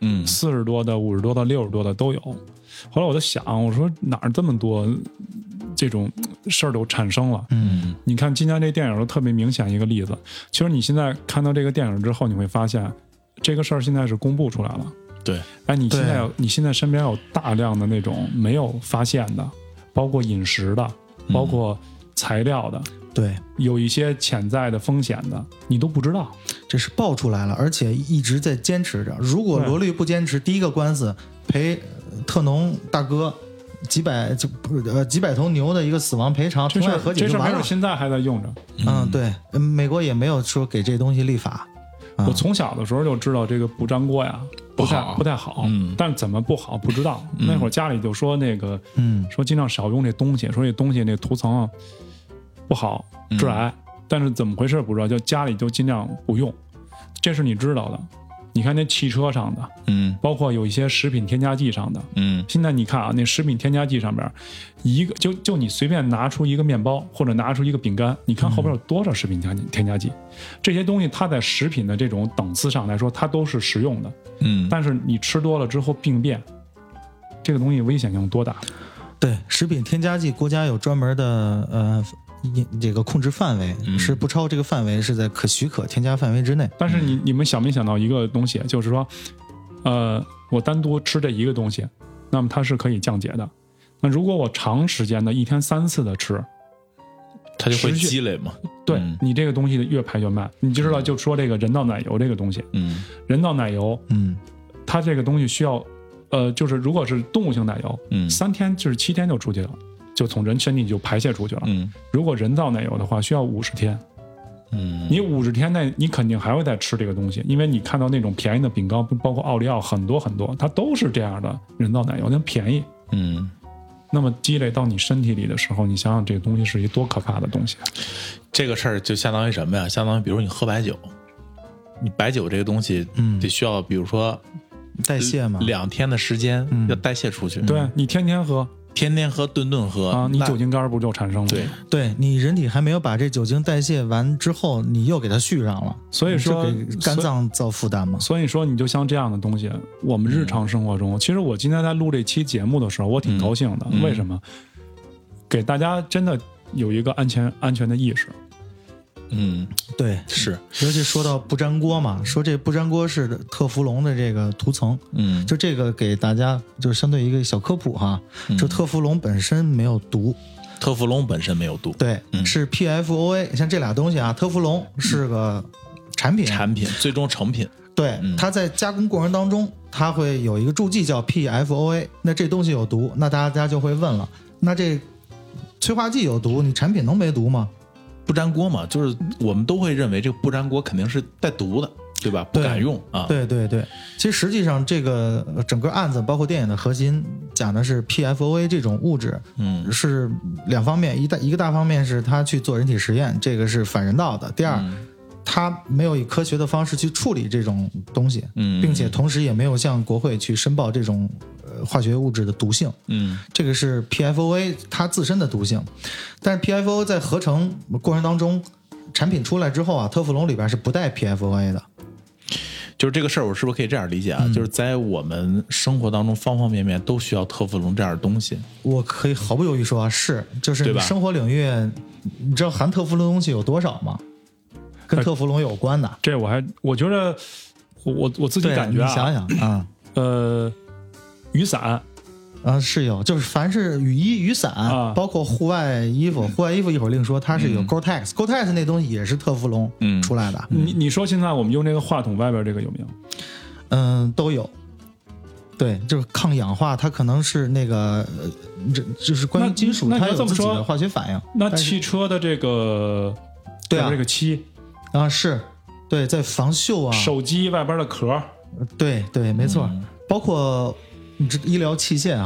，40多的、50多的、60多的都有。后来我就想，我说哪儿这么多这种事儿都产生了？你看今天这电影就特别明显一个例子。其实你现在看到这个电影之后，你会发现这个事儿现在是公布出来了。 对， 哎，你现在身边有大量的那种没有发现的，包括饮食的，包括材料的， 对， 有一些潜在的风险的，你都不知道， 这是爆出来了，而且一直在坚持着。如果罗律不坚持，第一个官司赔特农大哥几百头牛的一个死亡赔偿，庭外和解就完了。 这事现在还在用着。 对，美国也没有说给这东西立法。 我从小的时候就知道这个不粘锅呀不太好，但怎么不好不知道。那会儿家里就说那个，说尽量少用这东西，说这东西那涂层不好致癌，但是怎么回事不知道，就家里就尽量不用，这是你知道的。你看那汽车上的，包括有一些食品添加剂上的，现在你看啊，那食品添加剂上边一个就你随便拿出一个面包或者拿出一个饼干，你看后边有多少食品添加剂，这些东西它在食品的这种等次上来说，它都是食用的，但是你吃多了之后病变，这个东西危险性多大？ 对，食品添加剂国家有专门的这个控制范围，是不超这个范围，是在许可添加范围之内。 但是你们想没想到一个东西，就是说，我单独吃这一个东西，那么它是可以降解的。那如果我长时间的1天3次的吃， 它就会积累嘛。 对，你这个东西越排越慢。你就知道，就说这个人造奶油这个东西，人造奶油，它这个东西需要，就是如果是动物性奶油，3天就是7天就出去了。就从人身体就排泄出去了。如果人造奶油的话，需要50天。你50天内，你肯定还会再吃这个东西，因为你看到那种便宜的饼干，包括奥利奥，很多很多，它都是这样的人造奶油，那便宜。那么积累到你身体里的时候，你想想这个东西是一多可怕的东西。 这个事儿就相当于什么呀？相当于比如你喝白酒，你白酒这个东西得需要，比如说代谢嘛 ，2天的时间要代谢出去。 对，你天天喝。 顿顿喝啊，你酒精肝不就产生了？ 对，你人体还没有把这酒精代谢完之后，你又给它续上了， 所以说给肝脏造负担嘛。 所以说，你就像这样的东西，我们日常生活中，其实我今天在录这期节目的时候，我挺高兴的。为什么？给大家真的有一个安全的意识。 对， 是， 尤其说到不粘锅嘛，说这不粘锅是特氟龙的这个涂层，就这个给大家就相对一个小科普哈，就特氟龙本身没有毒， 特氟龙本身没有毒， 对，是 PFOA， 像这俩东西啊，特氟龙是个产品， 最终成品， 对，它在加工过程当中，它会有一个注记叫 PFOA， 那这东西有毒，那大家就会问了，那这催化剂有毒，你产品能没毒吗？ 不粘锅嘛，就是我们都会认为这个不粘锅肯定是带毒的，对吧？不敢用啊。 对对对，其实实际上这个整个案子包括电影的核心讲的是 PFOA 这种物质，是2方面，一个大方面是它去做人体实验，这个是反人道的；第二，它没有以科学的方式去处理这种东西，并且同时也没有向国会去申报这种化学物质的毒性，这个是 PFOA 它自身的毒性。但是 PFOA 在合成过程当中，产品出来之后啊，特氟龙里边是不带 PFOA 的。 就是这个事儿，我是不是可以这样理解啊？就是在我们生活当中方方面面都需要特氟龙这样的东西。 我可以毫不犹豫说啊，是，就是你生活领域，你知道含特氟龙的东西有多少吗？跟特氟龙有关的。 这我觉得我自己感觉啊， 你想想啊， 雨伞啊是有，就是凡是雨衣、雨伞，包括户外衣服一会儿另说，它是有 Gore-Tex 那东西也是特氟龙出来的。 你说现在我们用这个话筒外边这个有没有？都有。对，就是抗氧化，它可能是那个，就是关于金属，它有自己的化学反应。 那汽车的这个， 对啊， 这个漆啊是，对，在防锈啊， 手机外边的壳， 对对，没错，包括医疗器械啊，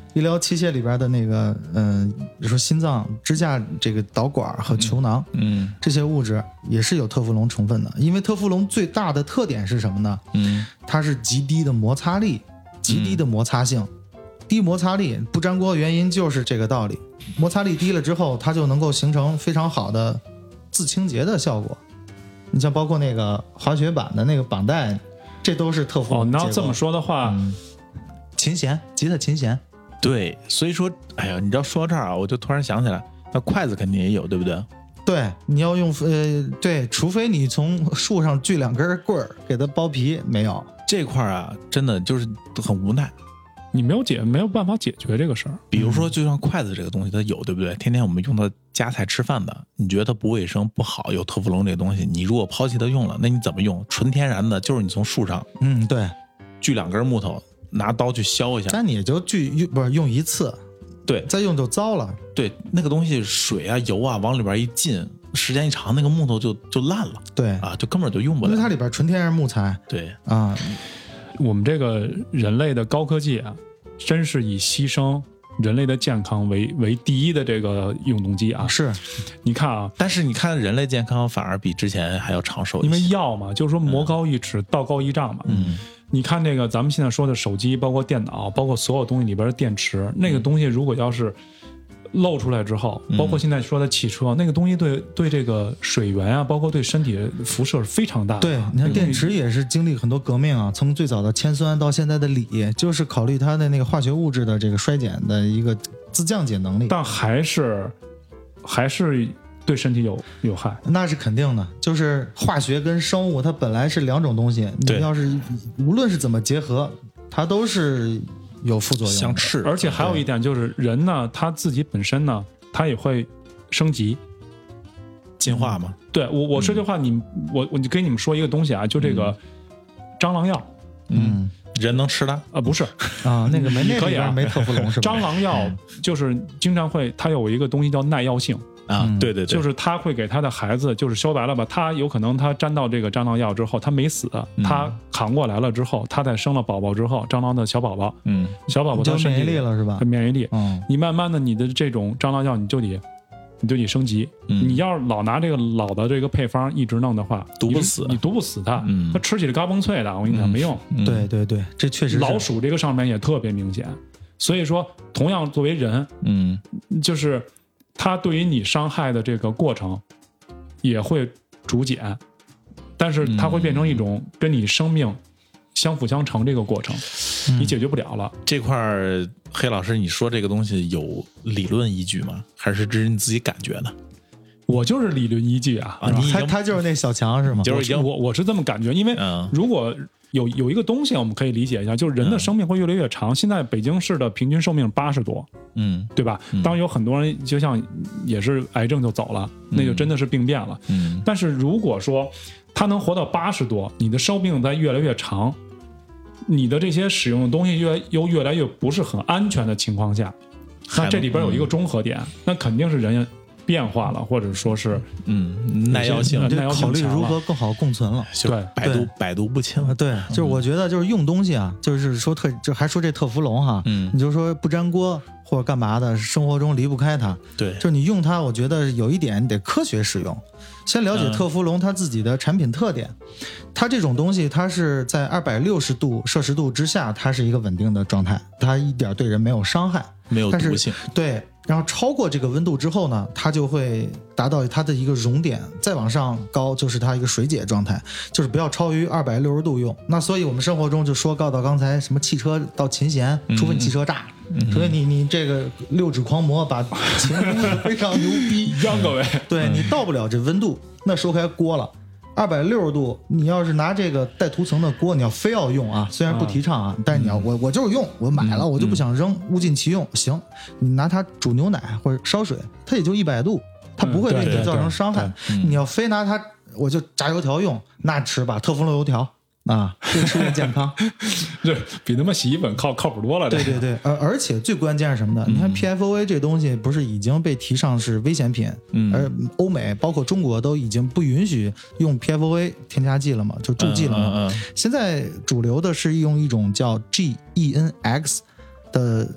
医疗器械里边的那个比如说心脏支架这个导管和球囊，这些物质也是有特氟龙成分的。因为特氟龙最大的特点是什么呢？它是极低的摩擦力，极低的摩擦性。低摩擦力不粘锅原因就是这个道理，摩擦力低了之后，它就能够形成非常好的自清洁的效果。你像包括那个滑雪板的那个绑带，这都是特氟龙。 那要这么说的话， 琴弦，吉他琴弦， 对，所以说，哎呀，你知道说到这儿啊，我就突然想起来，那筷子肯定也有，对不对？ 对，你要用对，除非你从树上锯2根棍儿给它剥皮，没有这块啊，真的就是很无奈。 你没有办法解决这个事儿。 比如说，就像筷子这个东西，它有，对不对？天天我们用它夹菜吃饭的，你觉得它不卫生不好，有特氟龙这个东西，你如果抛弃它用了，那你怎么用？纯天然的，就是你从树上， 对， 锯2根木头，拿刀去削一下， 但你也就不是用一次， 对， 再用就糟了。 对，那个东西水啊油啊往里边一浸，时间一长，那个木头就烂了。 对啊，就根本就用不了， 因为它里边纯天然木材。 对啊。 我们这个人类的高科技啊，真是以牺牲人类的健康为第一的这个永动机啊！ 是， 你看啊， 但是你看人类健康反而比之前还要长寿一些， 因为药嘛，就是说魔高一尺，道高一丈嘛。你看那个咱们现在说的手机，包括电脑，包括所有东西里边的电池，那个东西如果要是露出来之后，包括现在说的汽车，那个东西对这个水源啊，包括对身体的辐射是非常大的。 对，你看电池也是经历很多革命啊，从最早的铅酸到现在的锂，就是考虑它的那个化学物质的这个衰减的一个自降解能力， 但还是对身体有害。 那是肯定的，就是化学跟生物它本来是2种东西，你要是无论是怎么结合，它都是有副作用的， 相斥。 而且还有一点就是人呢，他自己本身呢，他也会升级进化嘛。 对，我说这话，我跟你们说一个东西啊，就这个蟑螂药， 人能吃的不是啊，那个没那可以啊， 没特氟龙是吧？ 蟑螂药就是经常会，它有一个东西叫耐药性。 对对对， 就是他会给他的孩子，就是说白了吧，他有可能他沾到这个蟑螂药之后，他没死，他扛过来了之后，他在生了宝宝之后，蟑螂的小宝宝，小宝宝他免疫力了是吧？ 免疫力，你慢慢的你的这种蟑螂药你就得升级，你要是老拿这个老的这个配方一直弄的话， 毒不死， 你毒不死它，它吃起来嘎嘣脆的，我跟你讲没用。 对对对，这确实是老鼠这个上面也特别明显，所以说同样作为人，就是它对于你伤害的这个过程也会逐减，但是它会变成一种跟你生命相辅相成这个过程，你解决不了了。 这块黑老师，你说这个东西有理论依据吗？还是只是你自己感觉的？ 我就是理论依据啊， 他就是那小强是吗？ 就是我是这么感觉，因为如果有一个东西我们可以理解一下，就是人的生命会越来越长。现在北京市的平均寿命80多，对吧？当有很多人就像也是癌症就走了，那就真的是病变了。但是如果说他能活到80多，你的寿命在越来越长，你的这些使用的东西又越来越不是很安全的情况下，那这里边有一个中和点，那肯定是人变化了，或者说是耐药性， 考虑如何更好共存了。 对， 百毒不侵。 对，就是我觉得就是用东西啊，就是说就还说这特氟龙哈，你就说不粘锅或者干嘛的，生活中离不开它。 对， 就是你用它，我觉得有一点你得科学使用。先了解特氟龙它自己的产品特点，它这种东西它是在260度摄氏度之下，它是一个稳定的状态，它一点对人没有伤害， 没有毒性。 对。然后超过这个温度之后呢，它就会达到它的一个熔点，再往上高就是它一个水解状态，就是不要超于260度用。那所以我们生活中就说到刚才什么汽车到琴弦，除非你汽车炸，除非你这个6指狂魔把琴弄得非常牛逼， 让各位， 对你到不了这温度，那说开锅了。260度，你要是拿这个带涂层的锅，你要非要用啊，虽然不提倡啊，但是你要我就是用，我买了我就不想扔，物尽其用。行，你拿它煮牛奶或者烧水，它也就100度，它不会对你造成伤害。你要非拿它，我就炸油条用，那吃吧，特氟龙油条啊，越吃越健康， 这比他妈洗衣粉靠谱多了。 对对对，而且最关键是什么呢？你看 PFOA 这东西不是已经被提上是危险品，而欧美包括中国都已经不允许用 PFOA 添加剂了嘛，就助剂了嘛。现在主流的是用一种叫 GENX 的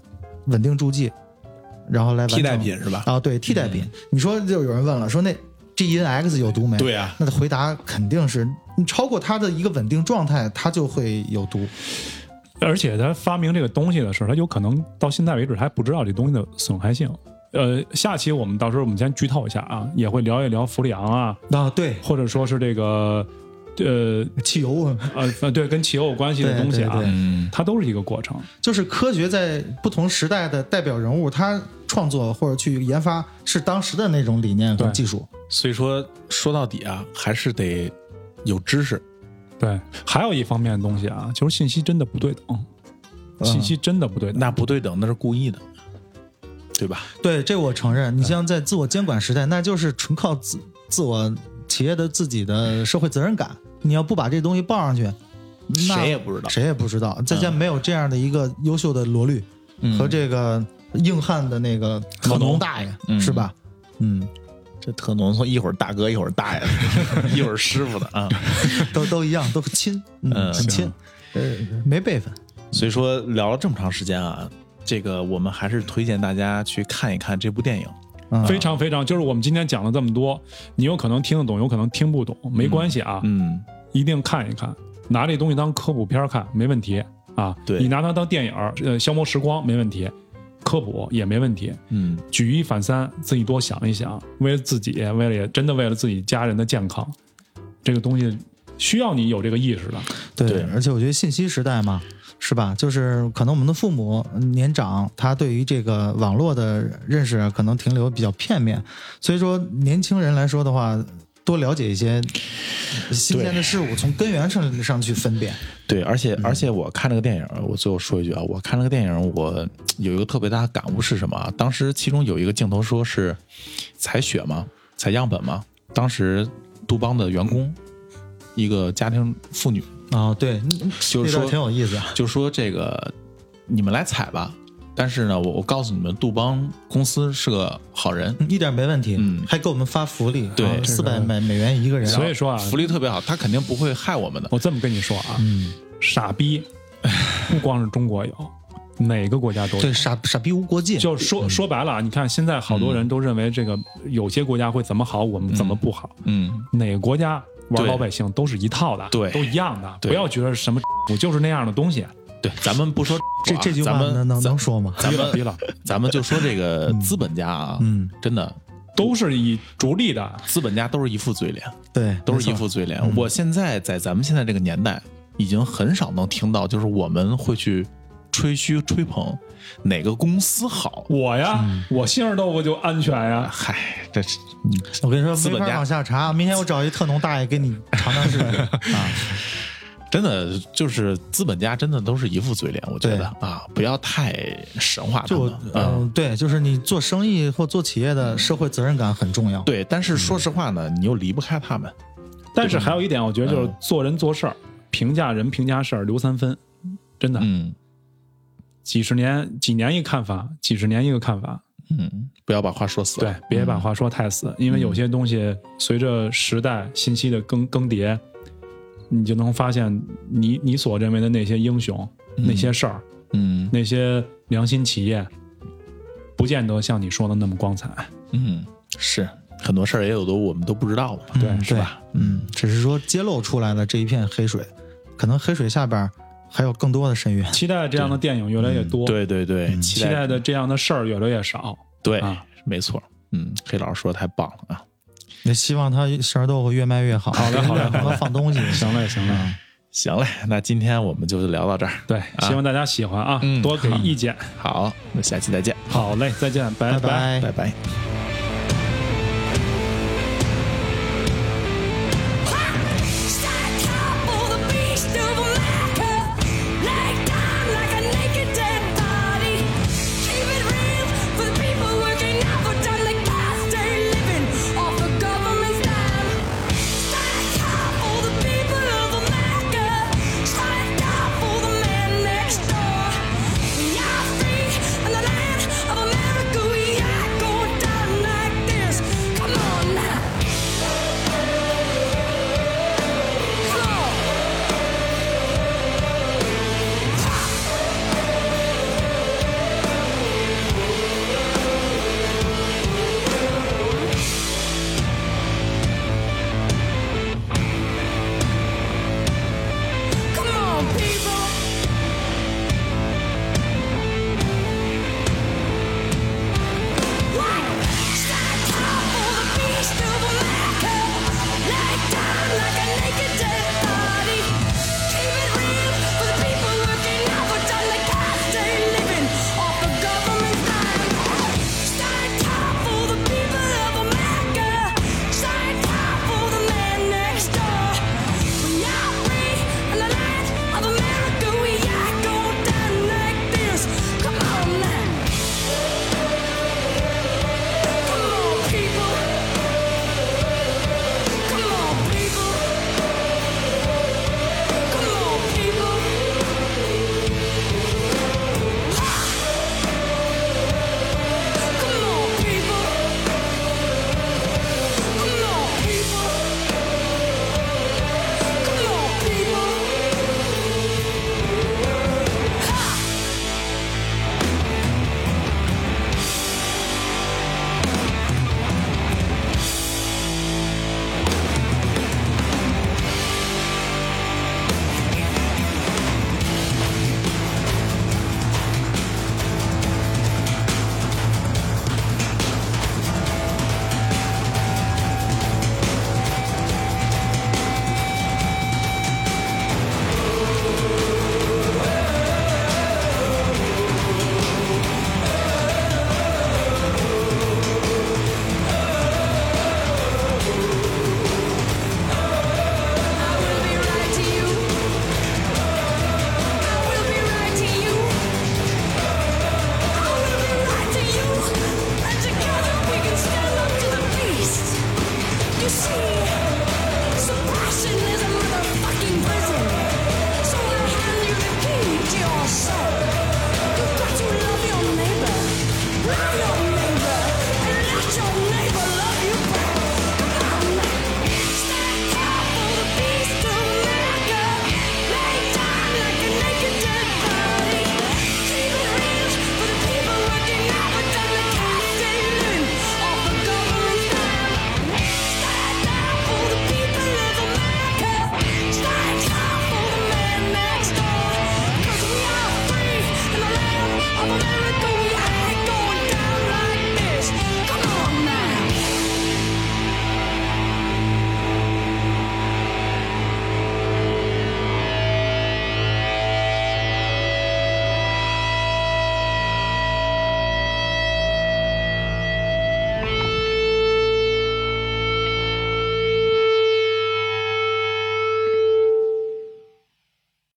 稳定助剂，然后来完成替代品是吧？ 啊，对，替代品。你说就有人问了，说那 GnX 有毒没？ 对啊， 那回答肯定是你超过它的一个稳定状态，它就会有毒。 而且他发明这个东西的时候，他有可能到现在为止还不知道这东西的损害性。下期我们到时候我们先剧透一下啊，也会聊一聊氟利昂啊， 对， 或者说是这个汽油对，跟汽油有关系的东西啊，它都是一个过程。 就是科学在不同时代的代表人物，他创作或者去研发是当时的那种理念和技术。 所以说到底啊，还是得有知识。 对，还有一方面的东西啊，就是信息真的不对等，信息真的不对等。 那不对等那是故意的，对吧？ 对，这我承认。你像在自我监管时代，那就是纯靠自我企业的自己的社会责任感。你要不把这东西报上去， 谁也不知道， 谁也不知道。再加没有这样的一个优秀的萝莉和这个硬汉的那个特农大爷，是吧？ 这特农从一会儿大哥一会儿大爷的，一会儿师傅的啊， 都一样，都亲，很亲，没辈分。 所以说聊了这么长时间啊，这个我们还是推荐大家去看一看这部电影。 非常非常，就是我们今天讲了这么多，你有可能听得懂，有可能听不懂，没关系啊，一定看一看，拿这东西当科普片看没问题啊。 对， 你拿它当电影消磨时光没问题，科普也没问题。举一反三，自己多想一想，为了自己，真的为了自己家人的健康，这个东西需要你有这个意识的。 对，而且我觉得信息时代嘛，是吧？就是可能我们的父母年长，他对于这个网络的认识可能停留比较片面，所以说年轻人来说的话，多了解一些新鲜的事物，从根源上去分辨。 对，而且我看这个电影，我最后说一句啊，我看这个电影，我有一个特别大的感悟是什么？当时其中有一个镜头说是采血嘛，采样本嘛，当时杜邦的员工，一个家庭妇女。 对， 就是说挺有意思， 就说这个你们来采吧，但是呢，我告诉你们，杜邦公司是个好人， 一点没问题，还给我们发福利， 对 ，400美元一个人， 所以说啊， 福利特别好，他肯定不会害我们的。 我这么跟你说啊，傻逼不光是中国有，哪个国家都有。 对，傻逼无国界。 就说白了啊，你看现在好多人都认为这个有些国家会怎么好，我们怎么不好，哪个国家玩老百姓都是一套的， 对， 都一样的，不要觉得什么我就是那样的东西。 对，咱们不说这句话能说吗？ 咱们就说这个资本家啊，真的都是以逐利的， 资本家都是一副嘴脸， 对， 都是一副嘴脸。我现在在咱们现在这个年代，已经很少能听到，就是我们会去吹嘘吹捧哪个公司好。 我呀，我杏仁豆腐就安全呀。 嗨，这是我跟你说， 资本家没法往下查。明天我找一特农大爷给你尝尝试试啊。 真的就是资本家，真的都是一副嘴脸，我觉得啊，不要太神化他们。 对，就是你做生意或做企业的社会责任感很重要。 对，但是说实话呢，你又离不开他们。 但是还有一点，我觉得就是做人做事儿，评价人评价事儿留3分，真的。几年一看法，几十年一个看法。 不要把话说死了。 对，别把话说太死，因为有些东西随着时代信息的更迭。你就能发现你所认为的那些英雄，那些事儿，那些良心企业，不见得像你说的那么光彩。 是很多事儿也有的我们都不知道的， 对， 是吧？ 只是说揭露出来的这一片黑水，可能黑水下边还有更多的深渊。 期待这样的电影越来越多， 对， 期待的这样的事儿越来越少。 对，没错。黑老师说的太棒了啊！ 也希望他杏仁豆腐越卖越好。 好嘞， 放东西。 行嘞， 那今天我们就聊到这儿。 对，希望大家喜欢啊，多给意见。 好，那下期再见。 好嘞，再见，拜拜。